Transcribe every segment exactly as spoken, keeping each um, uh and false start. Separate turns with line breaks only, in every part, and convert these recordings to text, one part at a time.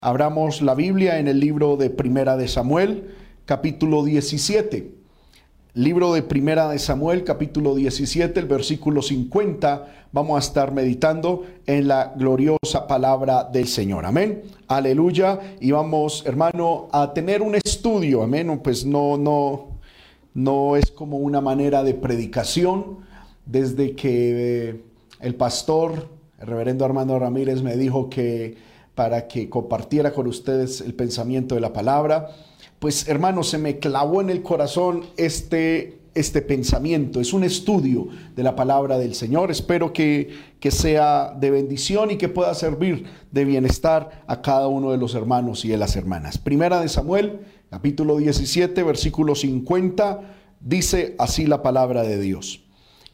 Abramos la Biblia en el libro de Primera de Samuel, capítulo diecisiete. Libro de Primera de Samuel, capítulo diecisiete, el versículo cincuenta. Vamos a estar meditando en la gloriosa palabra del Señor. Amén. Aleluya. Y vamos, hermano, a tener un estudio. Amén. Pues no, no, no es como una manera de predicación. Desde que eh, el pastor, el reverendo Armando Ramírez, me dijo que para que compartiera con ustedes el pensamiento de la palabra, pues hermano, se me clavó en el corazón este, este pensamiento. Es un estudio de la palabra del Señor. Espero que, que sea de bendición y que pueda servir de bienestar a cada uno de los hermanos y de las hermanas. Primera de Samuel, capítulo diecisiete, versículo cincuenta, dice así la palabra de Dios.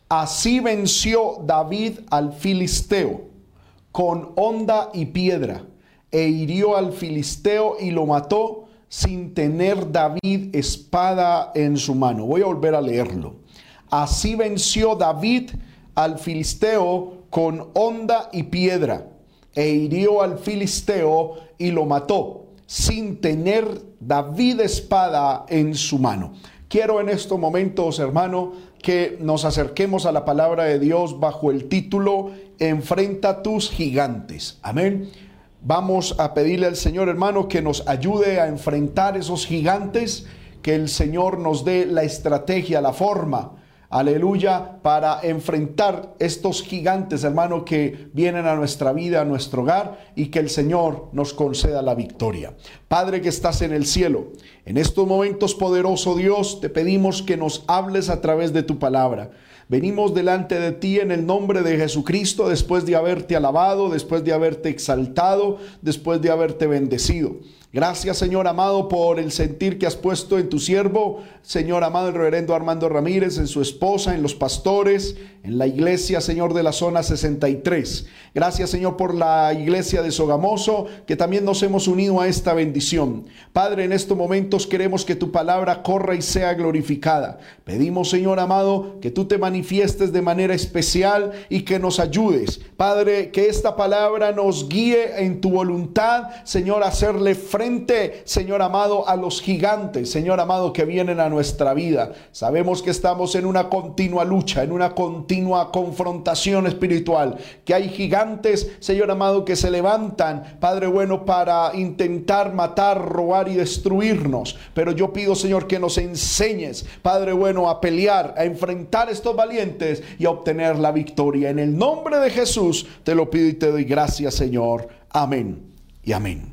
Así venció David al filisteo con honda y piedra, e hirió al filisteo y lo mató sin tener David espada en su mano. Voy a volver a leerlo. Así venció David al filisteo con honda y piedra, e hirió al filisteo y lo mató sin tener David espada en su mano. Quiero en estos momentos, hermano, que nos acerquemos a la palabra de Dios bajo el título Enfrenta tus gigantes. Amén. Vamos a pedirle al Señor, hermano, que nos ayude a enfrentar esos gigantes, que el Señor nos dé la estrategia, la forma, aleluya, para enfrentar estos gigantes, hermano, que vienen a nuestra vida, a nuestro hogar, y que el Señor nos conceda la victoria. Padre que estás en el cielo, en estos momentos, poderoso Dios, te pedimos que nos hables a través de tu palabra. Venimos delante de ti en el nombre de Jesucristo, después de haberte alabado, después de haberte exaltado, después de haberte bendecido. Gracias, Señor amado, por el sentir que has puesto en tu siervo, Señor amado, el reverendo Armando Ramírez, en su esposa, en los pastores, en la iglesia, Señor, de la zona sesenta y tres. Gracias, Señor, por la iglesia de Sogamoso, que también nos hemos unido a esta bendición. Padre, en estos momentos queremos que tu palabra corra y sea glorificada. Pedimos, Señor amado, que tú te manifiestes de manera especial y que nos ayudes. Padre, que esta palabra nos guíe en tu voluntad, Señor, a hacerle frente, Señor amado, a los gigantes, Señor amado, que vienen a nuestra vida. Sabemos que estamos en una continua lucha, en una continua confrontación espiritual, que hay gigantes, Señor amado, que se levantan, Padre bueno, para intentar matar, robar y destruirnos. Pero yo pido, Señor, que nos enseñes, Padre bueno, a pelear, a enfrentar estos valientes y a obtener la victoria. En el nombre de Jesús te lo pido y te doy gracias, Señor. Amén y amén.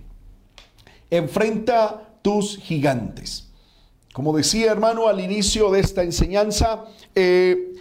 Enfrenta tus gigantes. Como decía, hermano, al inicio de esta enseñanza, eh,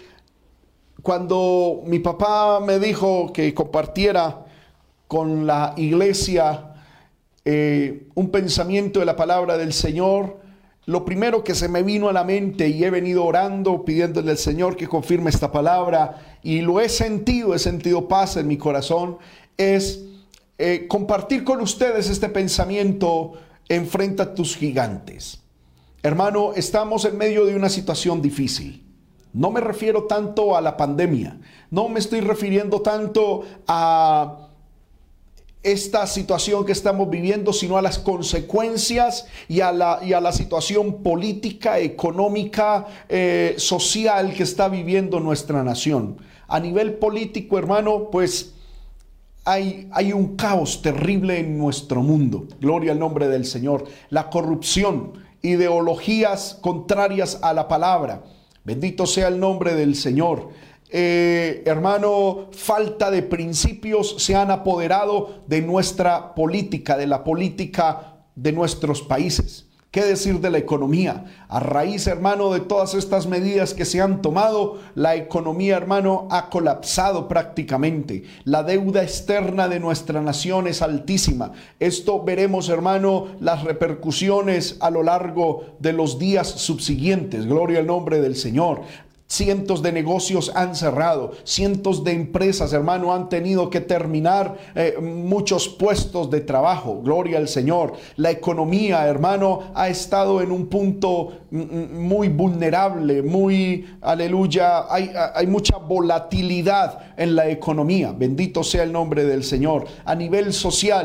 cuando mi papá me dijo que compartiera con la iglesia eh, un pensamiento de la palabra del Señor, lo primero que se me vino a la mente, y he venido orando, pidiéndole al Señor que confirme esta palabra, y lo he sentido, he sentido paz en mi corazón, es eh, compartir con ustedes este pensamiento: enfrenta tus gigantes. Hermano, estamos en medio de una situación difícil. No me refiero tanto a la pandemia, no me estoy refiriendo tanto a esta situación que estamos viviendo, sino a las consecuencias y a la, y a la situación política, económica, eh, social que está viviendo nuestra nación. A nivel político, hermano, pues hay, hay un caos terrible en nuestro mundo. Gloria al nombre del Señor. La corrupción, ideologías contrarias a la palabra. Bendito sea el nombre del Señor. Eh, hermano, falta de principios se han apoderado de nuestra política, de la política de nuestros países. ¿Qué decir de la economía? A raíz, hermano, de todas estas medidas que se han tomado, la economía, hermano, ha colapsado prácticamente. La deuda externa de nuestra nación es altísima. Esto veremos, hermano, las repercusiones a lo largo de los días subsiguientes. Gloria al nombre del Señor. Cientos de negocios han cerrado, cientos de empresas, hermano, han tenido que terminar eh, muchos puestos de trabajo. Gloria al Señor. La economía, hermano, ha estado en un punto muy vulnerable, muy, aleluya, hay, hay mucha volatilidad en la economía. Bendito sea el nombre del Señor. A nivel social,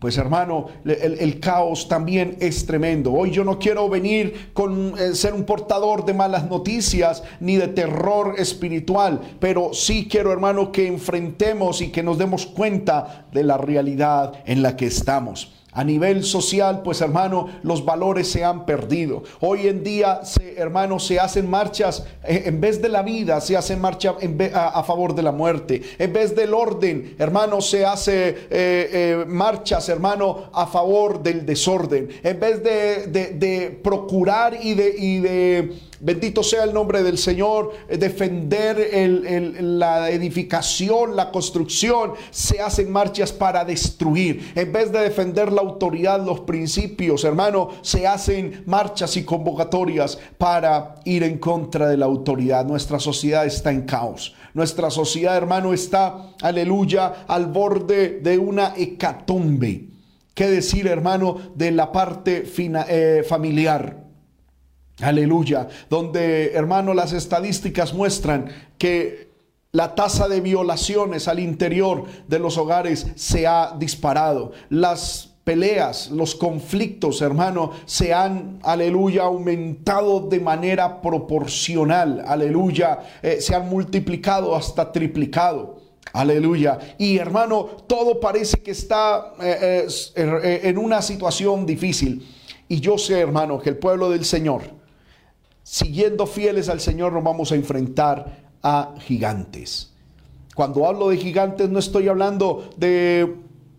pues hermano, el, el caos también es tremendo. Hoy yo no quiero venir con eh, ser un portador de malas noticias ni de terror espiritual, pero sí quiero, hermano, que enfrentemos y que nos demos cuenta de la realidad en la que estamos. A nivel social, pues hermano, los valores se han perdido. Hoy en día, se, hermano, se hacen marchas, eh, en vez de la vida, se hacen marchas a, a favor de la muerte. En vez del orden, hermano, se hace eh, eh, marchas, hermano, a favor del desorden. En vez de, de, de procurar y de... Y de bendito sea el nombre del Señor, defender el, el, la edificación, la construcción, se hacen marchas para destruir. En vez de defender la autoridad, los principios, hermano, se hacen marchas y convocatorias para ir en contra de la autoridad. Nuestra sociedad está en caos. Nuestra sociedad, hermano, está, aleluya, al borde de una hecatombe. ¿Qué decir, hermano, de la parte fina, eh, familiar? Aleluya, donde, hermano, las estadísticas muestran que la tasa de violaciones al interior de los hogares se ha disparado. Las peleas, los conflictos, hermano, se han, aleluya, aumentado de manera proporcional. Aleluya, eh, se han multiplicado hasta triplicado. Aleluya. Y hermano, todo parece que está eh, eh, en una situación difícil. Y yo sé, hermano, que el pueblo del Señor, siguiendo fieles al Señor, nos vamos a enfrentar a gigantes. Cuando hablo de gigantes, no estoy hablando de,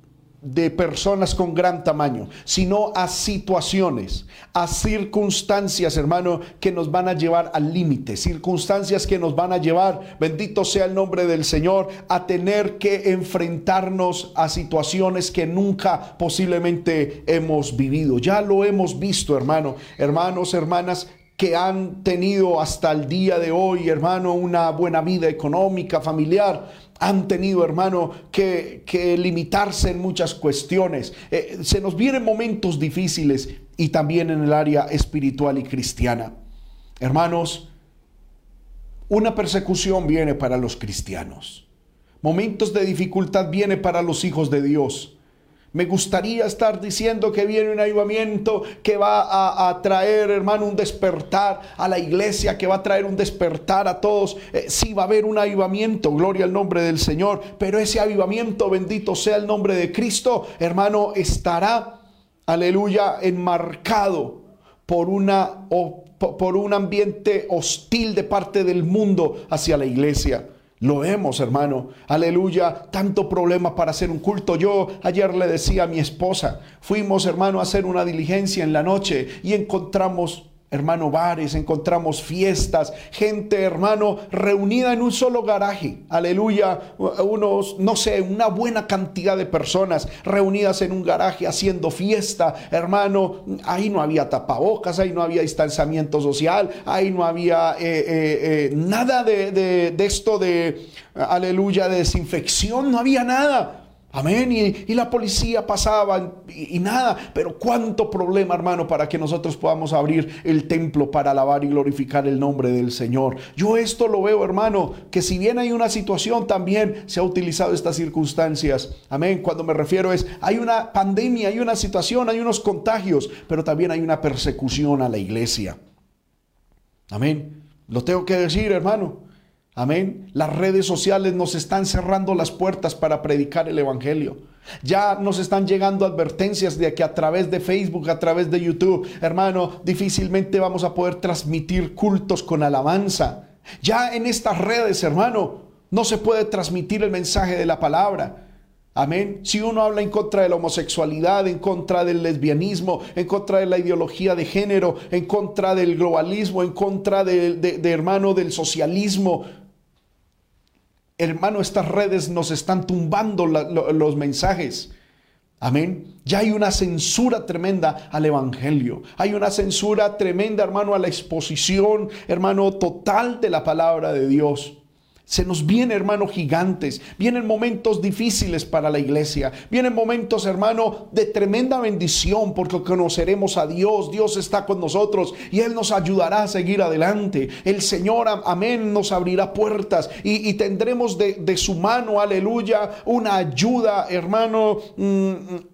de personas con gran tamaño, sino a situaciones, a circunstancias, hermano, que nos van a llevar al límite, circunstancias que nos van a llevar, bendito sea el nombre del Señor, a tener que enfrentarnos a situaciones que nunca posiblemente hemos vivido. Ya lo hemos visto, hermano, hermanos, hermanas, que han tenido hasta el día de hoy, hermano, una buena vida económica, familiar, han tenido, hermano, que, que limitarse en muchas cuestiones. Eh, se nos vienen momentos difíciles y también en el área espiritual y cristiana. Hermanos, una persecución viene para los cristianos. Momentos de dificultad viene para los hijos de Dios. Me gustaría estar diciendo que viene un avivamiento que va a, a traer, hermano, un despertar a la iglesia, que va a traer un despertar a todos. Eh, sí va a haber un avivamiento, gloria al nombre del Señor, pero ese avivamiento, bendito sea el nombre de Cristo, hermano, estará, aleluya, enmarcado por una, o, por un ambiente hostil de parte del mundo hacia la iglesia. Lo vemos, hermano, aleluya, tanto problema para hacer un culto. Yo ayer le decía a mi esposa, fuimos, hermano, a hacer una diligencia en la noche y encontramos, hermano, bares, encontramos fiestas, gente, hermano, reunida en un solo garaje, aleluya, unos, no sé, una buena cantidad de personas reunidas en un garaje haciendo fiesta, hermano. Ahí no había tapabocas, ahí no había distanciamiento social, ahí no había eh, eh, eh, nada de, de, de esto de, aleluya, de desinfección, no había nada. Amén, y, y la policía pasaba y, y nada, pero cuánto problema, hermano, para que nosotros podamos abrir el templo para alabar y glorificar el nombre del Señor. Yo esto lo veo, hermano, que si bien hay una situación, también se ha utilizado estas circunstancias. Amén, cuando me refiero es, hay una pandemia, hay una situación, hay unos contagios, pero también hay una persecución a la iglesia. Amén, lo tengo que decir, hermano. Amén. Las redes sociales nos están cerrando las puertas para predicar el evangelio. Ya nos están llegando advertencias de que a través de Facebook, a través de YouTube, hermano, difícilmente vamos a poder transmitir cultos con alabanza. Ya en estas redes, hermano, no se puede transmitir el mensaje de la palabra. Amén. Si uno habla en contra de la homosexualidad, en contra del lesbianismo, en contra de la ideología de género, en contra del globalismo, en contra de, de, de hermano, del socialismo, hermano, estas redes nos están tumbando la, lo, los mensajes. Amén. Ya hay una censura tremenda al evangelio. Hay una censura tremenda, hermano, a la exposición, hermano, total de la palabra de Dios. Se nos vienen, hermano, gigantes. Vienen momentos difíciles para la iglesia. Vienen momentos, hermano, de tremenda bendición porque conoceremos a Dios. Dios está con nosotros y Él nos ayudará a seguir adelante. El Señor, amén, nos abrirá puertas y, y tendremos de, de su mano, aleluya, una ayuda, hermano, mmm,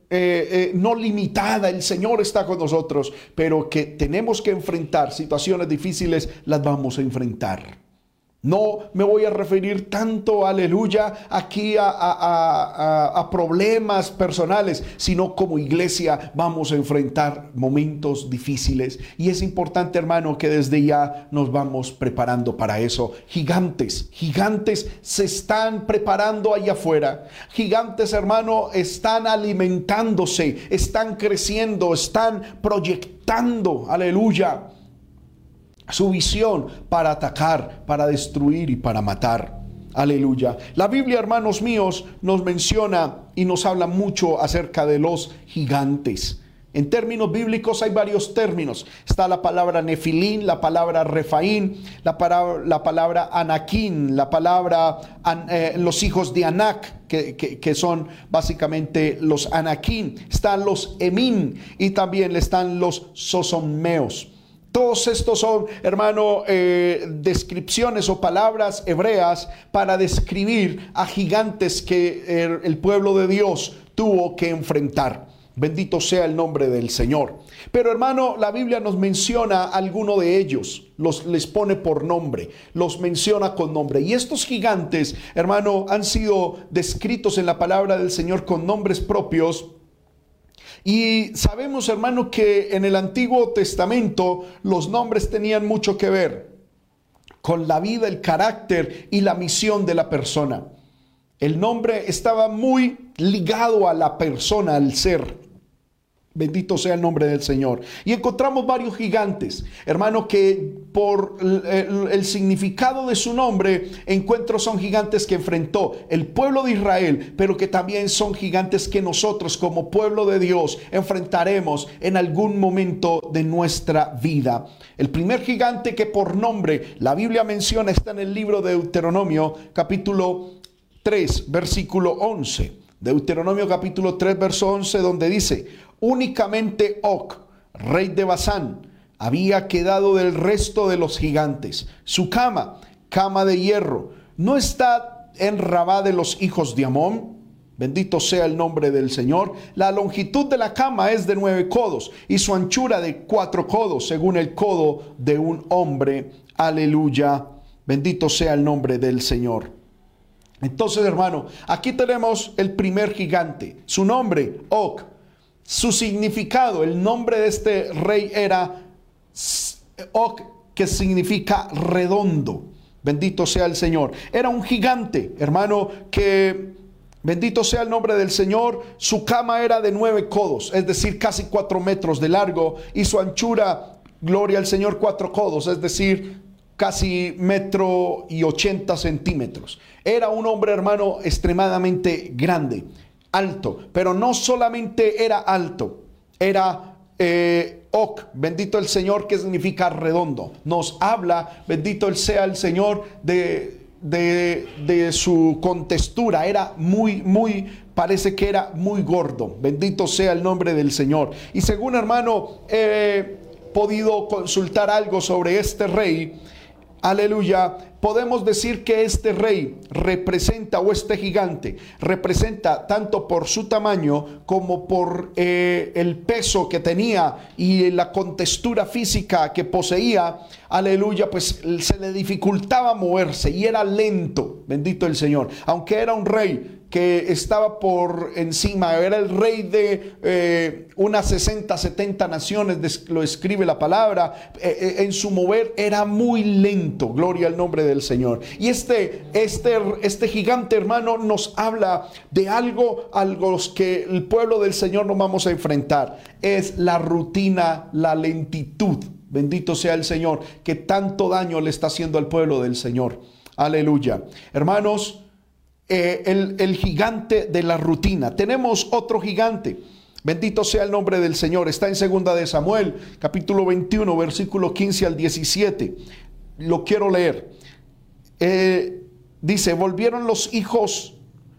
eh, eh, no limitada, el Señor está con nosotros, pero que tenemos que enfrentar situaciones difíciles, las vamos a enfrentar. No me voy a referir tanto, aleluya, aquí a, a, a, a problemas personales, sino como iglesia vamos a enfrentar momentos difíciles. Y es importante, hermano, que desde ya nos vamos preparando para eso. Gigantes, gigantes se están preparando allá afuera. Gigantes, hermano, están alimentándose, están creciendo, están proyectando, aleluya, su visión para atacar, para destruir y para matar. Aleluya. La Biblia, hermanos míos, nos menciona y nos habla mucho acerca de los gigantes. En términos bíblicos hay varios términos. Está la palabra Nefilín, la palabra Refaín, la palabra, la palabra Anaquín, la palabra an, eh, los hijos de Anac, que, que, que son básicamente los Anaquín. Están los Emín y también están los Sosomeos. Todos estos son, hermano, eh, descripciones o palabras hebreas para describir a gigantes que el, el pueblo de Dios tuvo que enfrentar. Bendito sea el nombre del Señor. Pero, hermano, la Biblia nos menciona a alguno de ellos, los les pone por nombre, los menciona con nombre. Y estos gigantes, hermano, han sido descritos en la palabra del Señor con nombres propios. Y sabemos, hermano, que en el Antiguo Testamento los nombres tenían mucho que ver con la vida, el carácter y la misión de la persona. El nombre estaba muy ligado a la persona, al ser. Bendito sea el nombre del Señor. Y encontramos varios gigantes, hermano, que por el, el, el significado de su nombre, encuentro son gigantes que enfrentó el pueblo de Israel, pero que también son gigantes que nosotros como pueblo de Dios enfrentaremos en algún momento de nuestra vida. El primer gigante que por nombre la Biblia menciona está en el libro de Deuteronomio, capítulo tres, versículo once. Deuteronomio capítulo tres, verso once, donde dice: únicamente Og, rey de Basán, había quedado del resto de los gigantes. Su cama, cama de hierro, ¿no está en Rabá de los hijos de Amón? Bendito sea el nombre del Señor. La longitud de la cama es de nueve codos y su anchura de cuatro codos, según el codo de un hombre. Aleluya. Bendito sea el nombre del Señor. Entonces, hermano, aquí tenemos el primer gigante. Su nombre, Og. Su significado, el nombre de este rey era Og, que significa redondo. Bendito sea el Señor. Era un gigante, hermano, que, bendito sea el nombre del Señor, su cama era de nueve codos, es decir, casi cuatro metros de largo, y su anchura, gloria al Señor, cuatro codos, es decir, casi metro y ochenta centímetros. Era un hombre, hermano, extremadamente grande, alto, pero no solamente era alto, era eh, Ok, bendito el Señor, que significa redondo. Nos habla, bendito sea el Señor, de, de, de su contextura. Era muy, muy, parece que era muy gordo. Bendito sea el nombre del Señor. Y según, hermano, he podido consultar algo sobre este rey. Aleluya, podemos decir que este rey representa, o este gigante representa, tanto por su tamaño como por eh, el peso que tenía y la contextura física que poseía, aleluya, pues se le dificultaba moverse y era lento, bendito el Señor, aunque era un rey que estaba por encima, era el rey de eh, unas sesenta, setenta naciones, lo escribe la palabra, eh, en su mover era muy lento, gloria al nombre del Señor. Y este, este, este gigante, hermano, nos habla de algo a los que el pueblo del Señor nos vamos a enfrentar, es la rutina, la lentitud, bendito sea el Señor, que tanto daño le está haciendo al pueblo del Señor, aleluya. Hermanos, Eh, el, el gigante de la rutina. Tenemos otro gigante, bendito sea el nombre del Señor, está en segunda de Samuel, capítulo veintiuno, versículo quince al diecisiete. Lo quiero leer. Eh, dice: volvieron los hijos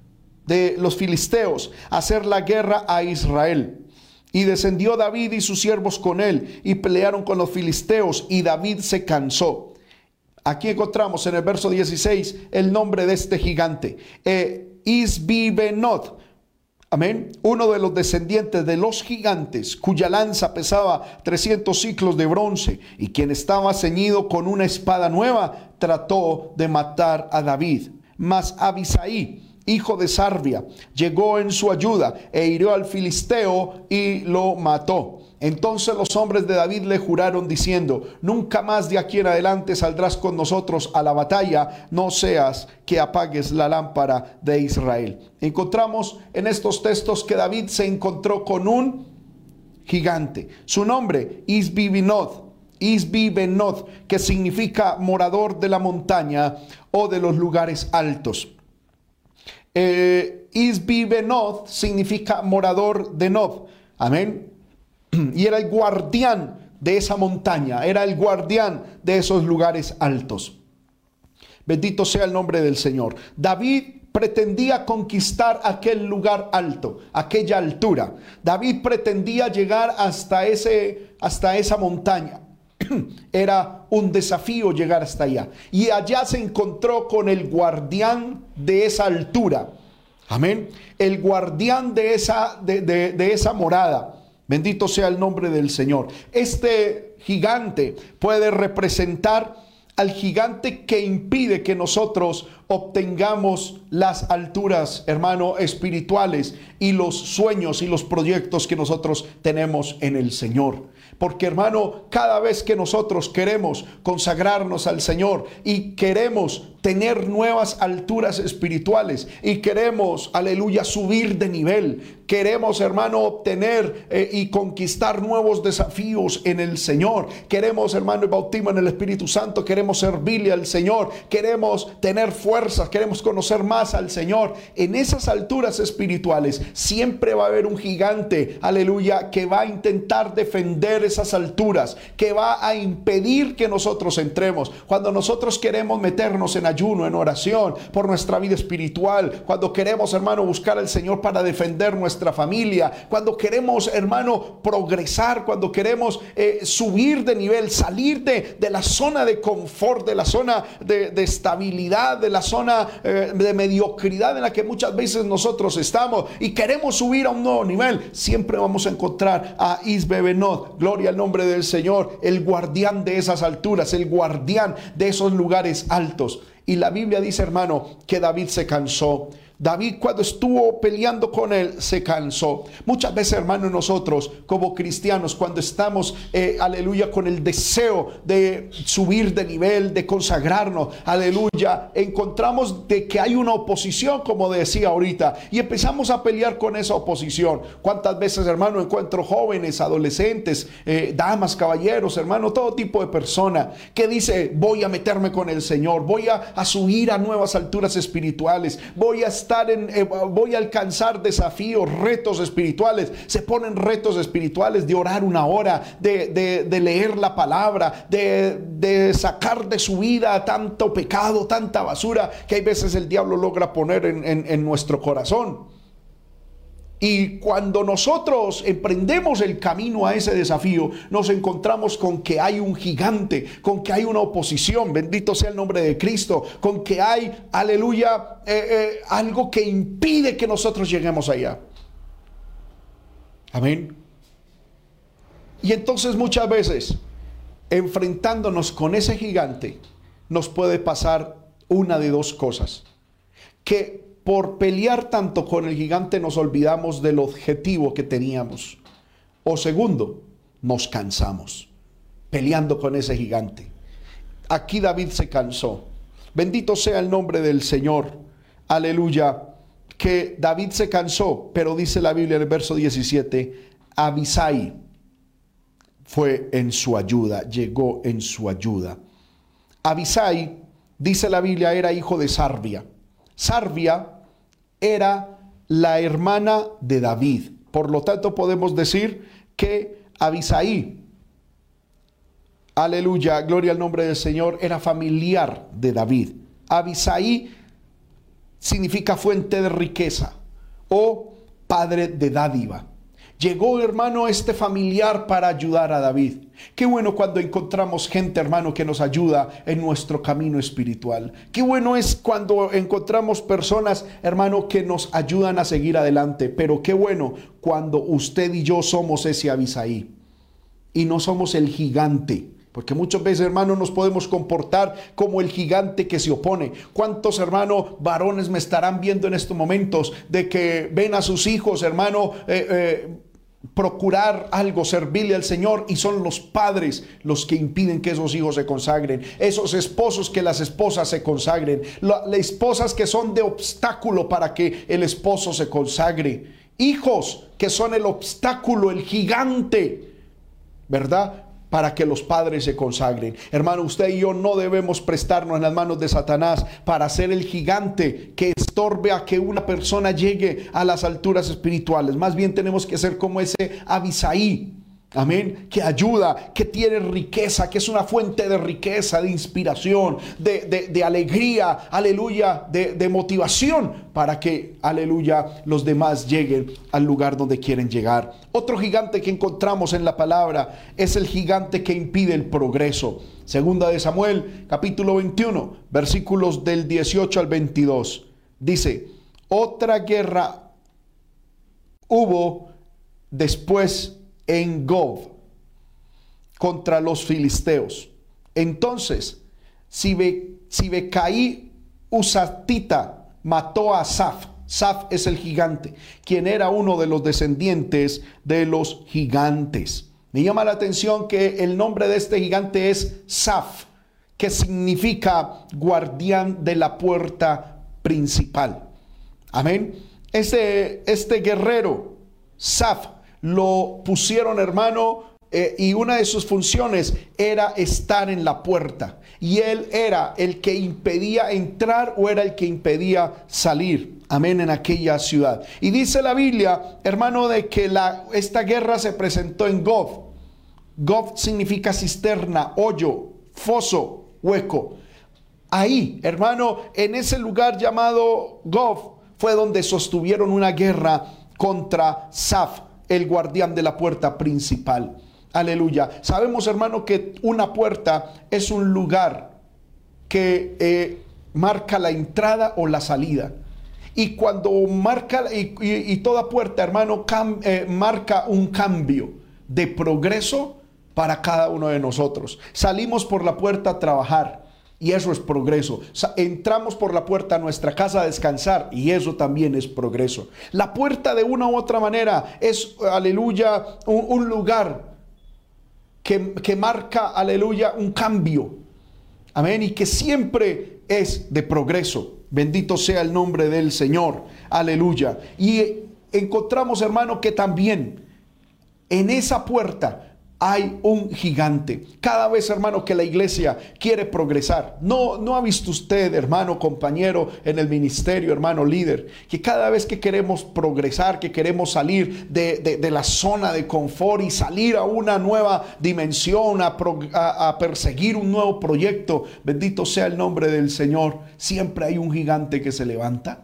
de los filisteos a hacer la guerra a Israel, y descendió David y sus siervos con él, y pelearon con los filisteos, y David se cansó. Aquí encontramos en el verso dieciséis el nombre de este gigante, eh, Isbi-Benoth. Amén. Uno de los descendientes de los gigantes, cuya lanza pesaba trescientos siclos de bronce y quien estaba ceñido con una espada nueva, trató de matar a David. Mas Abisai, hijo de Sarvia, llegó en su ayuda e hirió al filisteo y lo mató. Entonces los hombres de David le juraron diciendo: nunca más de aquí en adelante saldrás con nosotros a la batalla, no seas que apagues la lámpara de Israel. Encontramos en estos textos que David se encontró con un gigante. Su nombre, Isbi-Benob, Isbi-Benob, que significa morador de la montaña o de los lugares altos. Eh, Isbi-Benob significa morador de Nob. Amén. Y era el guardián de esa montaña, era el guardián de esos lugares altos. Bendito sea el nombre del Señor. David pretendía conquistar aquel lugar alto, aquella altura. David pretendía llegar hasta, ese, hasta esa montaña. Era un desafío llegar hasta allá. Y allá se encontró con el guardián de esa altura. Amén. El guardián de esa, de, de, de esa morada. Bendito sea el nombre del Señor. Este gigante puede representar al gigante que impide que nosotros obtengamos las alturas, hermano, espirituales y los sueños y los proyectos que nosotros tenemos en el Señor. Porque, hermano, cada vez que nosotros queremos consagrarnos al Señor y queremos tener nuevas alturas espirituales y queremos, aleluya, subir de nivel, queremos, hermano, obtener eh, y conquistar nuevos desafíos en el Señor, queremos, hermano, el bautismo en el Espíritu Santo, queremos servirle al Señor, queremos tener fuerzas, queremos conocer más al Señor. En esas alturas espirituales siempre va a haber un gigante, aleluya, que va a intentar defender esas alturas, que va a impedir que nosotros entremos. Cuando nosotros queremos meternos en ayuno, en oración por nuestra vida espiritual, cuando queremos, hermano, buscar al Señor para defender nuestra familia, cuando queremos, hermano, progresar, cuando queremos eh, subir de nivel, salir de, de la zona de confort, de la zona de, de estabilidad, de la zona eh, de mediocridad en la que muchas veces nosotros estamos y queremos subir a un nuevo nivel, siempre vamos a encontrar a Isbi-Benob, gloria al nombre del Señor, el guardián de esas alturas, el guardián de esos lugares altos. Y la Biblia dice, hermano, que David se cansó. David, cuando estuvo peleando con él, se cansó. Muchas veces, hermano, nosotros como cristianos, cuando estamos, eh, aleluya, con el deseo de subir de nivel, de consagrarnos, aleluya, encontramos de que hay una oposición, como decía ahorita, y empezamos a pelear con esa oposición. ¿Cuántas veces, hermano, encuentro jóvenes, adolescentes, eh, damas, caballeros, hermano, todo tipo de personas que dice: voy a meterme con el Señor, voy a, a subir a nuevas alturas espirituales, voy a estar En, eh, voy a alcanzar desafíos, retos espirituales. Se ponen retos espirituales de orar una hora, de, de, de leer la palabra, de, de sacar de su vida tanto pecado, tanta basura que hay veces el diablo logra poner en, en, en nuestro corazón. Y cuando nosotros emprendemos el camino a ese desafío, nos encontramos con que hay un gigante, con que hay una oposición, bendito sea el nombre de Cristo, con que hay, aleluya, eh, eh, algo que impide que nosotros lleguemos allá. Amén. Y entonces muchas veces, enfrentándonos con ese gigante, nos puede pasar una de dos cosas: que por pelear tanto con el gigante nos olvidamos del objetivo que teníamos. O segundo, nos cansamos peleando con ese gigante. Aquí David se cansó. Bendito sea el nombre del Señor. Aleluya. Que David se cansó, pero dice la Biblia en el verso diecisiete, Abisai fue en su ayuda, llegó en su ayuda. Abisai, dice la Biblia, era hijo de Sarvia. Sarvia era la hermana de David. Por lo tanto, podemos decir que Abisai, aleluya, gloria al nombre del Señor, era familiar de David. Abisai significa fuente de riqueza o padre de dádiva. Llegó, hermano, este familiar para ayudar a David. Qué bueno cuando encontramos gente, hermano, que nos ayuda en nuestro camino espiritual. Qué bueno es cuando encontramos personas, hermano, que nos ayudan a seguir adelante. Pero qué bueno cuando usted y yo somos ese Abisaí y no somos el gigante. Porque muchas veces, hermano, nos podemos comportar como el gigante que se opone. ¿Cuántos, hermano, varones me estarán viendo en estos momentos de que ven a sus hijos, hermano, eh, eh, procurar algo, servirle al Señor, y son los padres los que impiden que esos hijos se consagren, esos esposos que las esposas se consagren, las esposas que son de obstáculo para que el esposo se consagre, hijos que son el obstáculo, el gigante, ¿verdad?, para que los padres se consagren. Hermano, usted y yo no debemos prestarnos en las manos de Satanás para ser el gigante que estorbe a que una persona llegue a las alturas espirituales. Más bien tenemos que ser como ese Abisaí, amén, que ayuda, que tiene riqueza, que es una fuente de riqueza, de inspiración, de, de, de alegría, aleluya, de, de motivación, para que, aleluya, los demás lleguen al lugar donde quieren llegar. Otro gigante que encontramos en la palabra es el gigante que impide el progreso. Segunda de Samuel, capítulo veintiuno, versículos del dieciocho al veintidós. Dice: otra guerra hubo después en Gob contra los filisteos. Entonces Sibe, Sibecaí Usatita mató a Saf. Saf es el gigante, quien era uno de los descendientes de los gigantes. Me llama la atención que el nombre de este gigante es Saf, que significa guardián de la puerta principal. Amén. Este, este guerrero, Saf, lo pusieron, hermano, eh, y una de sus funciones era estar en la puerta. Y él era el que impedía entrar o era el que impedía salir. Amén, en aquella ciudad. Y dice la Biblia, hermano, de que la, esta guerra se presentó en Gob. Gob significa cisterna, hoyo, foso, hueco. Ahí, hermano, en ese lugar llamado Gob, fue donde sostuvieron una guerra contra Saf, el guardián de la puerta principal. Aleluya. Sabemos, hermano, que una puerta es un lugar que eh, marca la entrada o la salida. Y cuando marca, y, y, y toda puerta, hermano, cam, eh, marca un cambio de progreso para cada uno de nosotros. Salimos por la puerta a trabajar, y eso es progreso. Entramos por la puerta a nuestra casa a descansar, y eso también es progreso. La puerta, de una u otra manera, es, aleluya, un, un lugar que, que marca, aleluya, un cambio. Amén. Y que siempre es de progreso. Bendito sea el nombre del Señor. Aleluya. Y encontramos, hermano, que también en esa puerta hay un gigante. Cada vez, hermano, que la iglesia quiere progresar, no, no ha visto usted, hermano, compañero en el ministerio, hermano líder, que cada vez que queremos progresar, que queremos salir de, de, de la zona de confort y salir a una nueva dimensión, a, pro, a, a perseguir un nuevo proyecto, bendito sea el nombre del Señor, siempre hay un gigante que se levanta.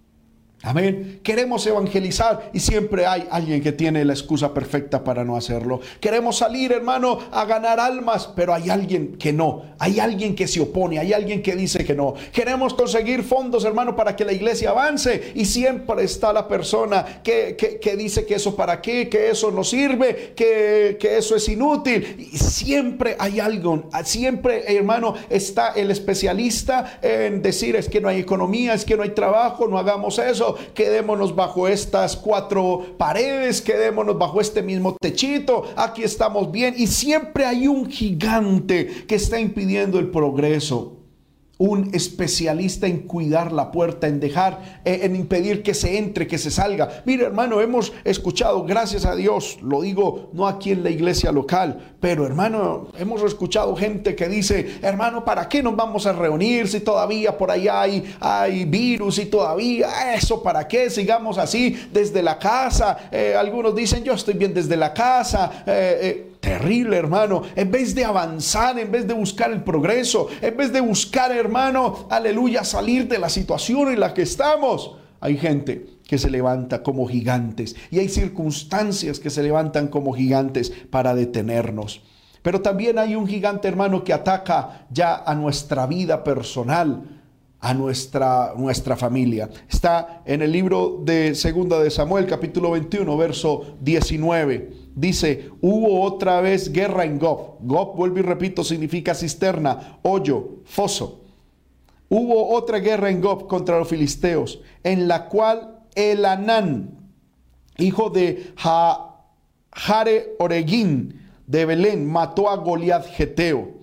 Amén. Queremos evangelizar y siempre hay alguien que tiene la excusa perfecta para no hacerlo. Queremos salir, hermano, a ganar almas, pero hay alguien que no. Hay alguien que se opone, hay alguien que dice que no. Queremos conseguir fondos, hermano, para que la iglesia avance, y siempre está la persona que, que, que dice que eso para qué, que eso no sirve, que, que eso es inútil. Y siempre hay algo, siempre, hermano, está el especialista en decir: es que no hay economía, es que no hay trabajo, no hagamos eso. Quedémonos bajo estas cuatro paredes, quedémonos bajo este mismo techito, aquí estamos bien. Y siempre hay un gigante que está impidiendo el progreso, un especialista en cuidar la puerta, en dejar, eh, en impedir que se entre, que se salga. Mire, hermano, hemos escuchado, gracias a Dios, lo digo no aquí en la iglesia local, pero, hermano, hemos escuchado gente que dice: hermano, ¿para qué nos vamos a reunir si todavía por allá hay, hay virus y todavía eso? ¿Para qué? Sigamos así desde la casa. Eh, algunos dicen: yo estoy bien desde la casa. Eh, eh, Terrible, hermano. En vez de avanzar, en vez de buscar el progreso, en vez de buscar, hermano, aleluya, salir de la situación en la que estamos, hay gente que se levanta como gigantes y hay circunstancias que se levantan como gigantes para detenernos. Pero también hay un gigante, hermano, que ataca ya a nuestra vida personal, a nuestra, nuestra familia. Está en el libro de Segunda de Samuel, capítulo veintiuno, verso diecinueve. Dice, hubo otra vez guerra en Gob. Gob, vuelvo y repito, significa cisterna, hoyo, foso. Hubo otra guerra en Gob contra los filisteos, en la cual Elhanán, hijo de ja, Jare Oregín de Belén, mató a Goliat geteo,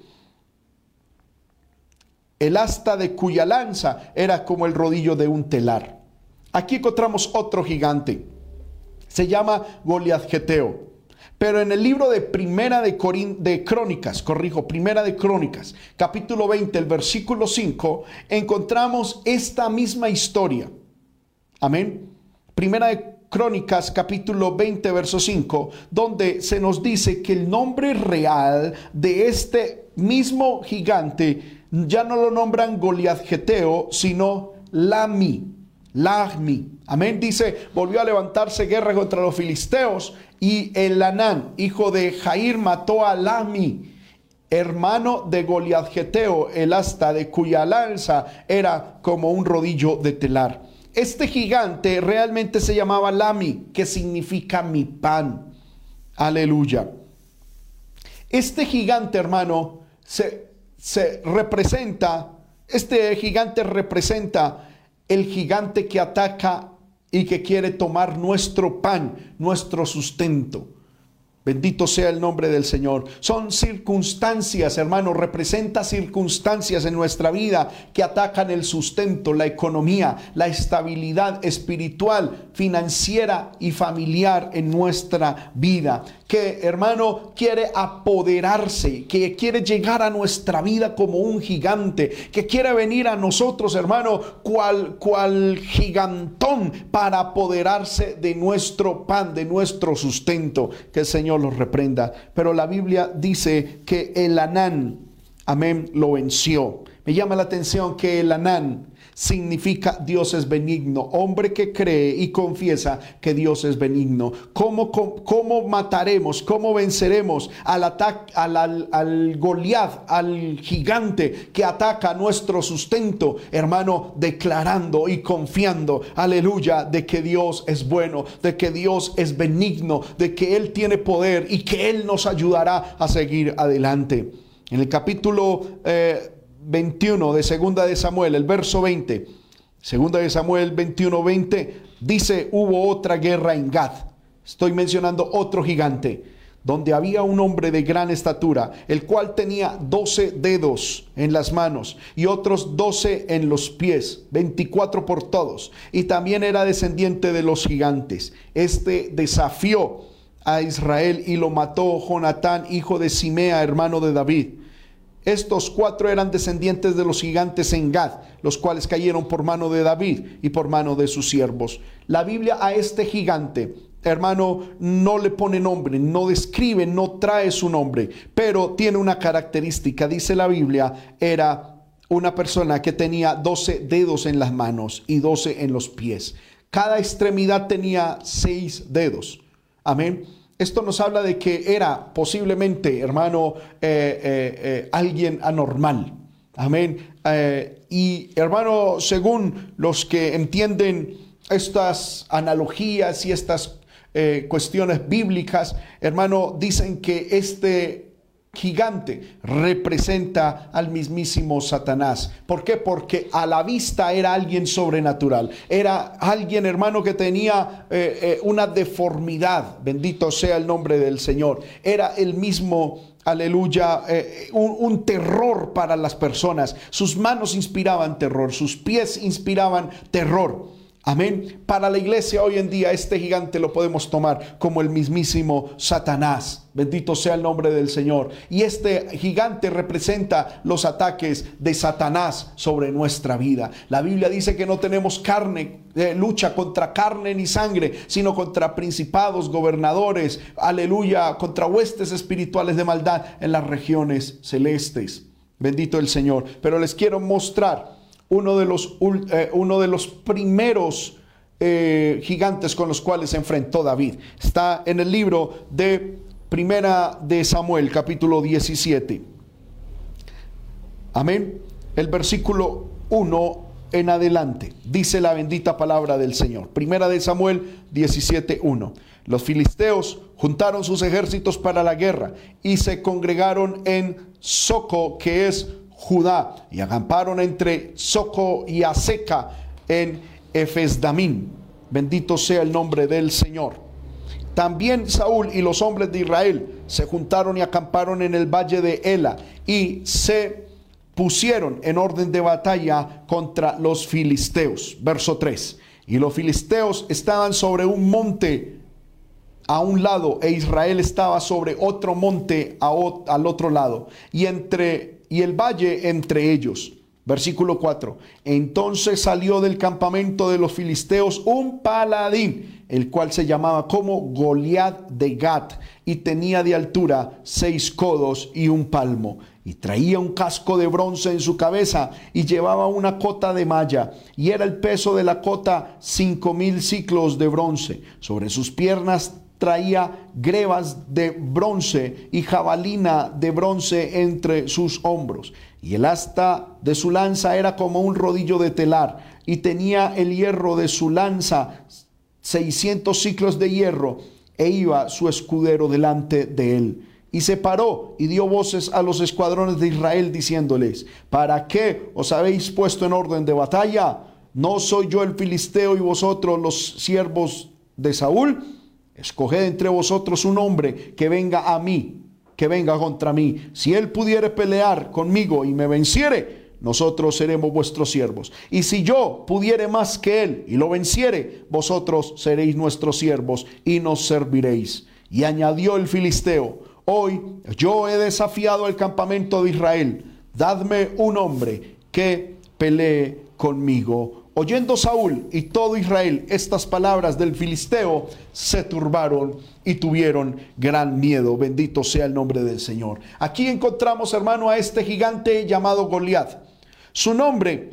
el asta de cuya lanza era como el rodillo de un telar. Aquí encontramos otro gigante, se llama Goliat geteo. Pero en el libro de Primera de, Corín, de Crónicas, corrijo, Primera de Crónicas, capítulo veinte, el versículo cinco, encontramos esta misma historia. Amén. Primera de Crónicas, capítulo veinte, verso cinco, donde se nos dice que el nombre real de este mismo gigante ya no lo nombran Goliat geteo, sino Lami. Lahmi. Amén. Dice, volvió a levantarse guerra contra los filisteos y Elhanán, hijo de Jair, mató a Lahmi, hermano de Goliat geteo, el asta de cuya lanza era como un rodillo de telar. Este gigante realmente se llamaba Lami, que significa mi pan. Aleluya. Este gigante, hermano, se, se representa, este gigante representa el gigante que ataca y que quiere tomar nuestro pan, nuestro sustento. Bendito sea el nombre del Señor. Son circunstancias, hermano, representa circunstancias en nuestra vida que atacan el sustento, la economía, la estabilidad espiritual, financiera y familiar en nuestra vida. Que, hermano, quiere apoderarse, que quiere llegar a nuestra vida como un gigante, que quiere venir a nosotros, hermano, cual, cual gigantón para apoderarse de nuestro pan, de nuestro sustento. Que el Señor los reprenda. Pero la Biblia dice que Elhanán, amén, lo venció. Me llama la atención que Elhanán significa Dios es benigno, hombre que cree y confiesa que Dios es benigno. ¿Cómo, cómo, cómo mataremos, cómo venceremos al ataque, al, al, al Goliat, al gigante que ataca nuestro sustento? Hermano, declarando y confiando, aleluya, de que Dios es bueno, de que Dios es benigno, de que Él tiene poder y que Él nos ayudará a seguir adelante. En el capítulo eh, veintiuno de Segunda de Samuel, el verso veinte, Segunda de Samuel veintiuno, veinte, dice, hubo otra guerra en Gad. Estoy mencionando otro gigante, donde había un hombre de gran estatura, el cual tenía doce dedos en las manos y otros doce en los pies, veinticuatro por todos, y también era descendiente de los gigantes. Este desafió a Israel y lo mató Jonatán, hijo de Simea, hermano de David. Estos cuatro eran descendientes de los gigantes en Gad, los cuales cayeron por mano de David y por mano de sus siervos. La Biblia a este gigante, hermano, no le pone nombre, no describe, no trae su nombre, pero tiene una característica. Dice la Biblia, era una persona que tenía doce dedos en las manos y doce en los pies. Cada extremidad tenía seis dedos. Amén. Esto nos habla de que era posiblemente, hermano, eh, eh, eh, alguien anormal. Amén. Eh, y, hermano, según los que entienden estas analogías y estas eh, cuestiones bíblicas, hermano, dicen que este gigante representa al mismísimo Satanás. ¿Por qué? Porque a la vista era alguien sobrenatural. Era alguien, hermano, que tenía eh, eh, una deformidad. Bendito sea el nombre del Señor. Era el mismo, aleluya, eh, un, un terror para las personas. Sus manos inspiraban terror, sus pies inspiraban terror. Amén. Para la iglesia hoy en día este gigante lo podemos tomar como el mismísimo Satanás. Bendito sea el nombre del Señor. Y este gigante representa los ataques de Satanás sobre nuestra vida. La Biblia dice que no tenemos carne, eh, lucha contra carne ni sangre, sino contra principados, gobernadores, aleluya, contra huestes espirituales de maldad en las regiones celestes. Bendito el Señor. Pero les quiero mostrar Uno de los, eh, uno de los primeros eh, gigantes con los cuales se enfrentó David. Está en el libro de Primera de Samuel, capítulo diecisiete. Amén. El versículo uno en adelante dice la bendita palabra del Señor. Primera de Samuel diecisiete, uno. Los filisteos juntaron sus ejércitos para la guerra y se congregaron en Soco, que es Judá, y acamparon entre Soco y Aseca en Efesdamín. Bendito sea el nombre del Señor. También Saúl y los hombres de Israel se juntaron y acamparon en el valle de Ela y se pusieron en orden de batalla contra los filisteos. Verso tres. Y los filisteos estaban sobre un monte a un lado e Israel estaba sobre otro monte a o, al otro lado y entre y el valle entre ellos. Versículo cuatro. Entonces salió del campamento de los filisteos un paladín, el cual se llamaba como Goliat de Gat, y tenía de altura seis codos y un palmo, y traía un casco de bronce en su cabeza, y llevaba una cota de malla, y era el peso de la cota cinco mil ciclos de bronce. Sobre sus piernas traía grebas de bronce y jabalina de bronce entre sus hombros. Y el asta de su lanza era como un rodillo de telar, y tenía el hierro de su lanza seiscientos ciclos de hierro, e iba su escudero delante de él. Y se paró y dio voces a los escuadrones de Israel, diciéndoles: ¿para qué os habéis puesto en orden de batalla? ¿No soy yo el filisteo y vosotros los siervos de Saúl? Escoged entre vosotros un hombre que venga a mí, que venga contra mí. Si él pudiere pelear conmigo y me venciere, nosotros seremos vuestros siervos. Y si yo pudiere más que él y lo venciere, vosotros seréis nuestros siervos y nos serviréis. Y añadió el filisteo: hoy yo he desafiado el campamento de Israel. Dadme un hombre que pelee conmigo. Oyendo Saúl y todo Israel estas palabras del filisteo, se turbaron y tuvieron gran miedo. Bendito sea el nombre del Señor. Aquí encontramos, hermano, a este gigante llamado Goliat. Su nombre,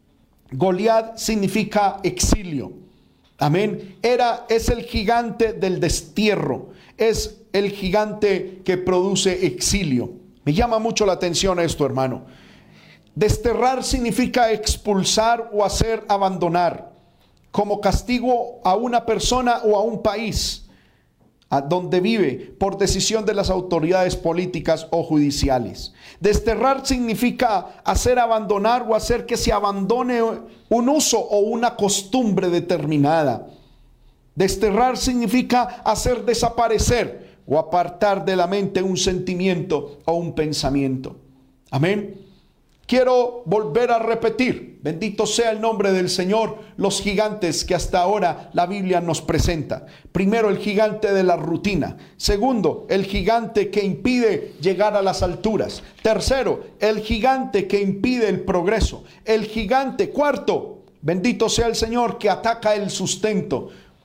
Goliat, significa exilio. Amén. Era, es el gigante del destierro. Es el gigante que produce exilio. Me llama mucho la atención esto, hermano. Desterrar significa expulsar o hacer abandonar, como castigo a una persona o a un país a donde vive por decisión de las autoridades políticas o judiciales. Desterrar significa hacer abandonar o hacer que se abandone un uso o una costumbre determinada. Desterrar significa hacer desaparecer o apartar de la mente un sentimiento o un pensamiento. Amén. Quiero volver a repetir, bendito sea el nombre del Señor, los gigantes que hasta ahora la Biblia nos presenta. Primero, el gigante de la rutina. Segundo, el gigante que impide llegar a las alturas. Tercero, el gigante que impide el progreso. El gigante, cuarto, bendito sea el Señor, que ataca el sustento.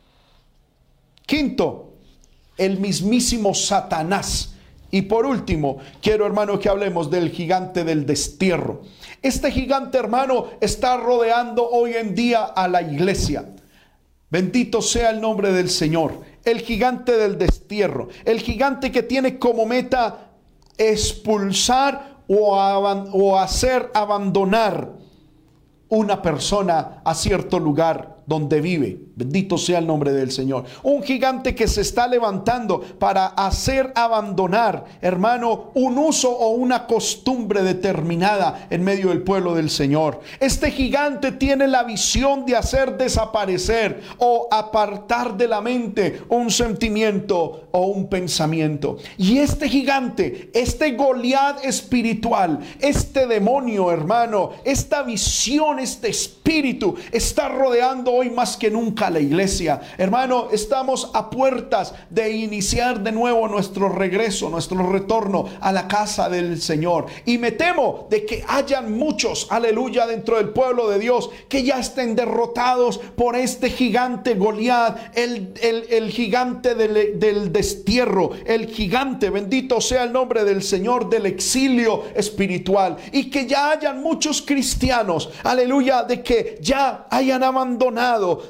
Quinto, el mismísimo Satanás. Y por último, quiero, hermano, que hablemos del gigante del destierro. Este gigante, hermano, está rodeando hoy en día a la iglesia. Bendito sea el nombre del Señor. El gigante del destierro. El gigante que tiene como meta expulsar o, aban- o hacer abandonar una persona a cierto lugar donde vive. Bendito sea el nombre del Señor. Un gigante que se está levantando para hacer abandonar, hermano, un uso o una costumbre determinada en medio del pueblo del Señor. Este gigante tiene la visión de hacer desaparecer o apartar de la mente un sentimiento o un pensamiento. Y este gigante, este Goliat espiritual, este demonio, hermano, esta visión, este espíritu está rodeando hoy más que nunca la iglesia. Hermano, estamos a puertas de iniciar de nuevo nuestro regreso, nuestro retorno a la casa del Señor. Y me temo de que hayan muchos, aleluya, dentro del pueblo de Dios que ya estén derrotados por este gigante Goliat, el, el, el gigante del, del destierro, el gigante, bendito sea el nombre del Señor, del exilio espiritual. Y que ya hayan muchos cristianos, aleluya, de que ya hayan abandonado, de que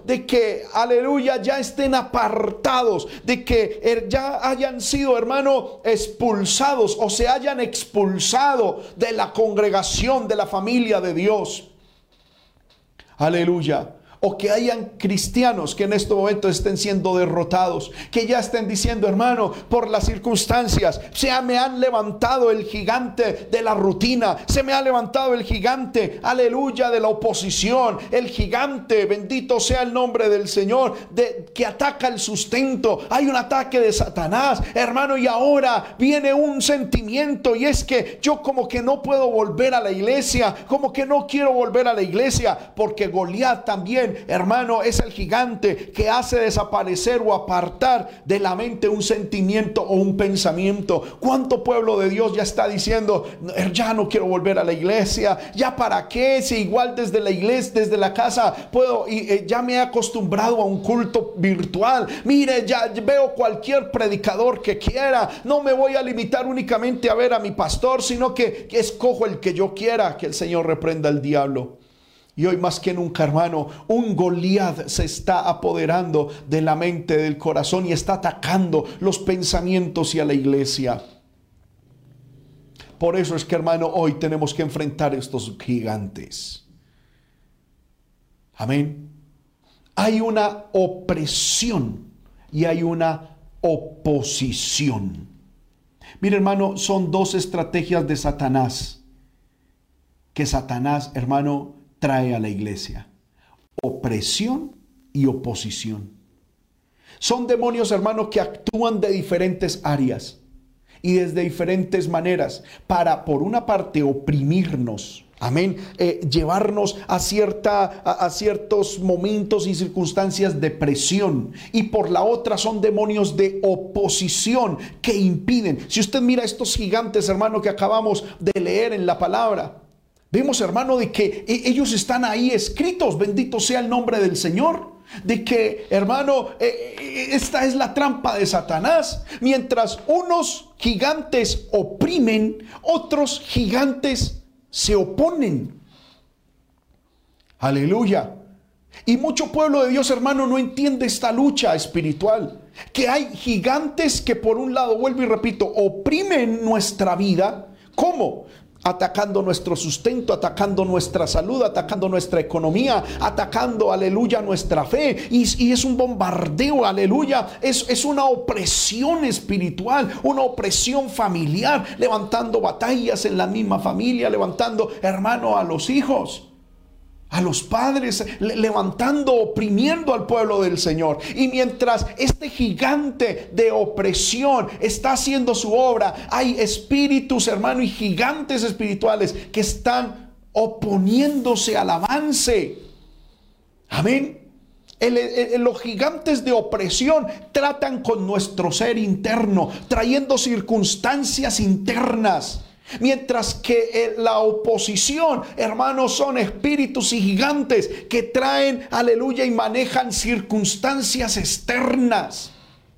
que, aleluya, ya estén apartados, de que ya hayan sido, hermano, expulsados o se hayan expulsado de la congregación, de la familia de Dios. Aleluya. O que hayan cristianos que en este momento estén siendo derrotados, que ya estén diciendo, hermano, por las circunstancias, se me han levantado el gigante de la rutina, se me ha levantado el gigante, aleluya, de la oposición, el gigante, bendito sea el nombre del Señor, de, que ataca el sustento. Hay un ataque de Satanás, hermano, y ahora viene un sentimiento, y es que yo como que no puedo volver a la iglesia, como que no quiero volver a la iglesia, porque Goliat también, hermano, es el gigante que hace desaparecer o apartar de la mente un sentimiento o un pensamiento. ¿Cuánto pueblo de Dios ya está diciendo, ya no quiero volver a la iglesia? ¿Ya para qué? Si igual desde la iglesia, desde la casa puedo, y eh, ya me he acostumbrado a un culto virtual. Mire, ya veo cualquier predicador que quiera. No me voy a limitar únicamente a ver a mi pastor, sino que, que escojo el que yo quiera. Que el Señor reprenda al diablo. Y hoy más que nunca, hermano, un Goliat se está apoderando de la mente, del corazón, y está atacando los pensamientos y a la iglesia. Por eso es que, hermano, hoy tenemos que enfrentar estos gigantes. Amén. Hay una opresión y hay una oposición. Mire, hermano, son dos estrategias de Satanás que Satanás, hermano, trae a la iglesia: opresión y oposición. Son demonios, hermanos, que actúan de diferentes áreas y desde diferentes maneras para, por una parte, oprimirnos, amén, eh, llevarnos a, cierta, a, a ciertos momentos y circunstancias de presión, y por la otra son demonios de oposición que impiden. Si usted mira estos gigantes, hermano, que acabamos de leer en la palabra, vemos, hermano, de que ellos están ahí escritos, bendito sea el nombre del Señor, de que, hermano, eh, esta es la trampa de Satanás. Mientras unos gigantes oprimen, otros gigantes se oponen. Aleluya. Y mucho pueblo de Dios, hermano, no entiende esta lucha espiritual, que hay gigantes que, por un lado, vuelvo y repito, oprimen nuestra vida. ¿Cómo? Atacando nuestro sustento, atacando nuestra salud, atacando nuestra economía, atacando, aleluya, nuestra fe. Y, y es un bombardeo, aleluya. Es, es una opresión espiritual, una opresión familiar, levantando batallas en la misma familia, levantando, hermano, a los hijos, a los padres, levantando, oprimiendo al pueblo del Señor. Y mientras este gigante de opresión está haciendo su obra, hay espíritus, hermano, y gigantes espirituales que están oponiéndose al avance. Amén. El, el, los gigantes de opresión tratan con nuestro ser interno, trayendo circunstancias internas. Mientras que eh, la oposición, hermanos, son espíritus y gigantes que traen, aleluya, y manejan circunstancias externas.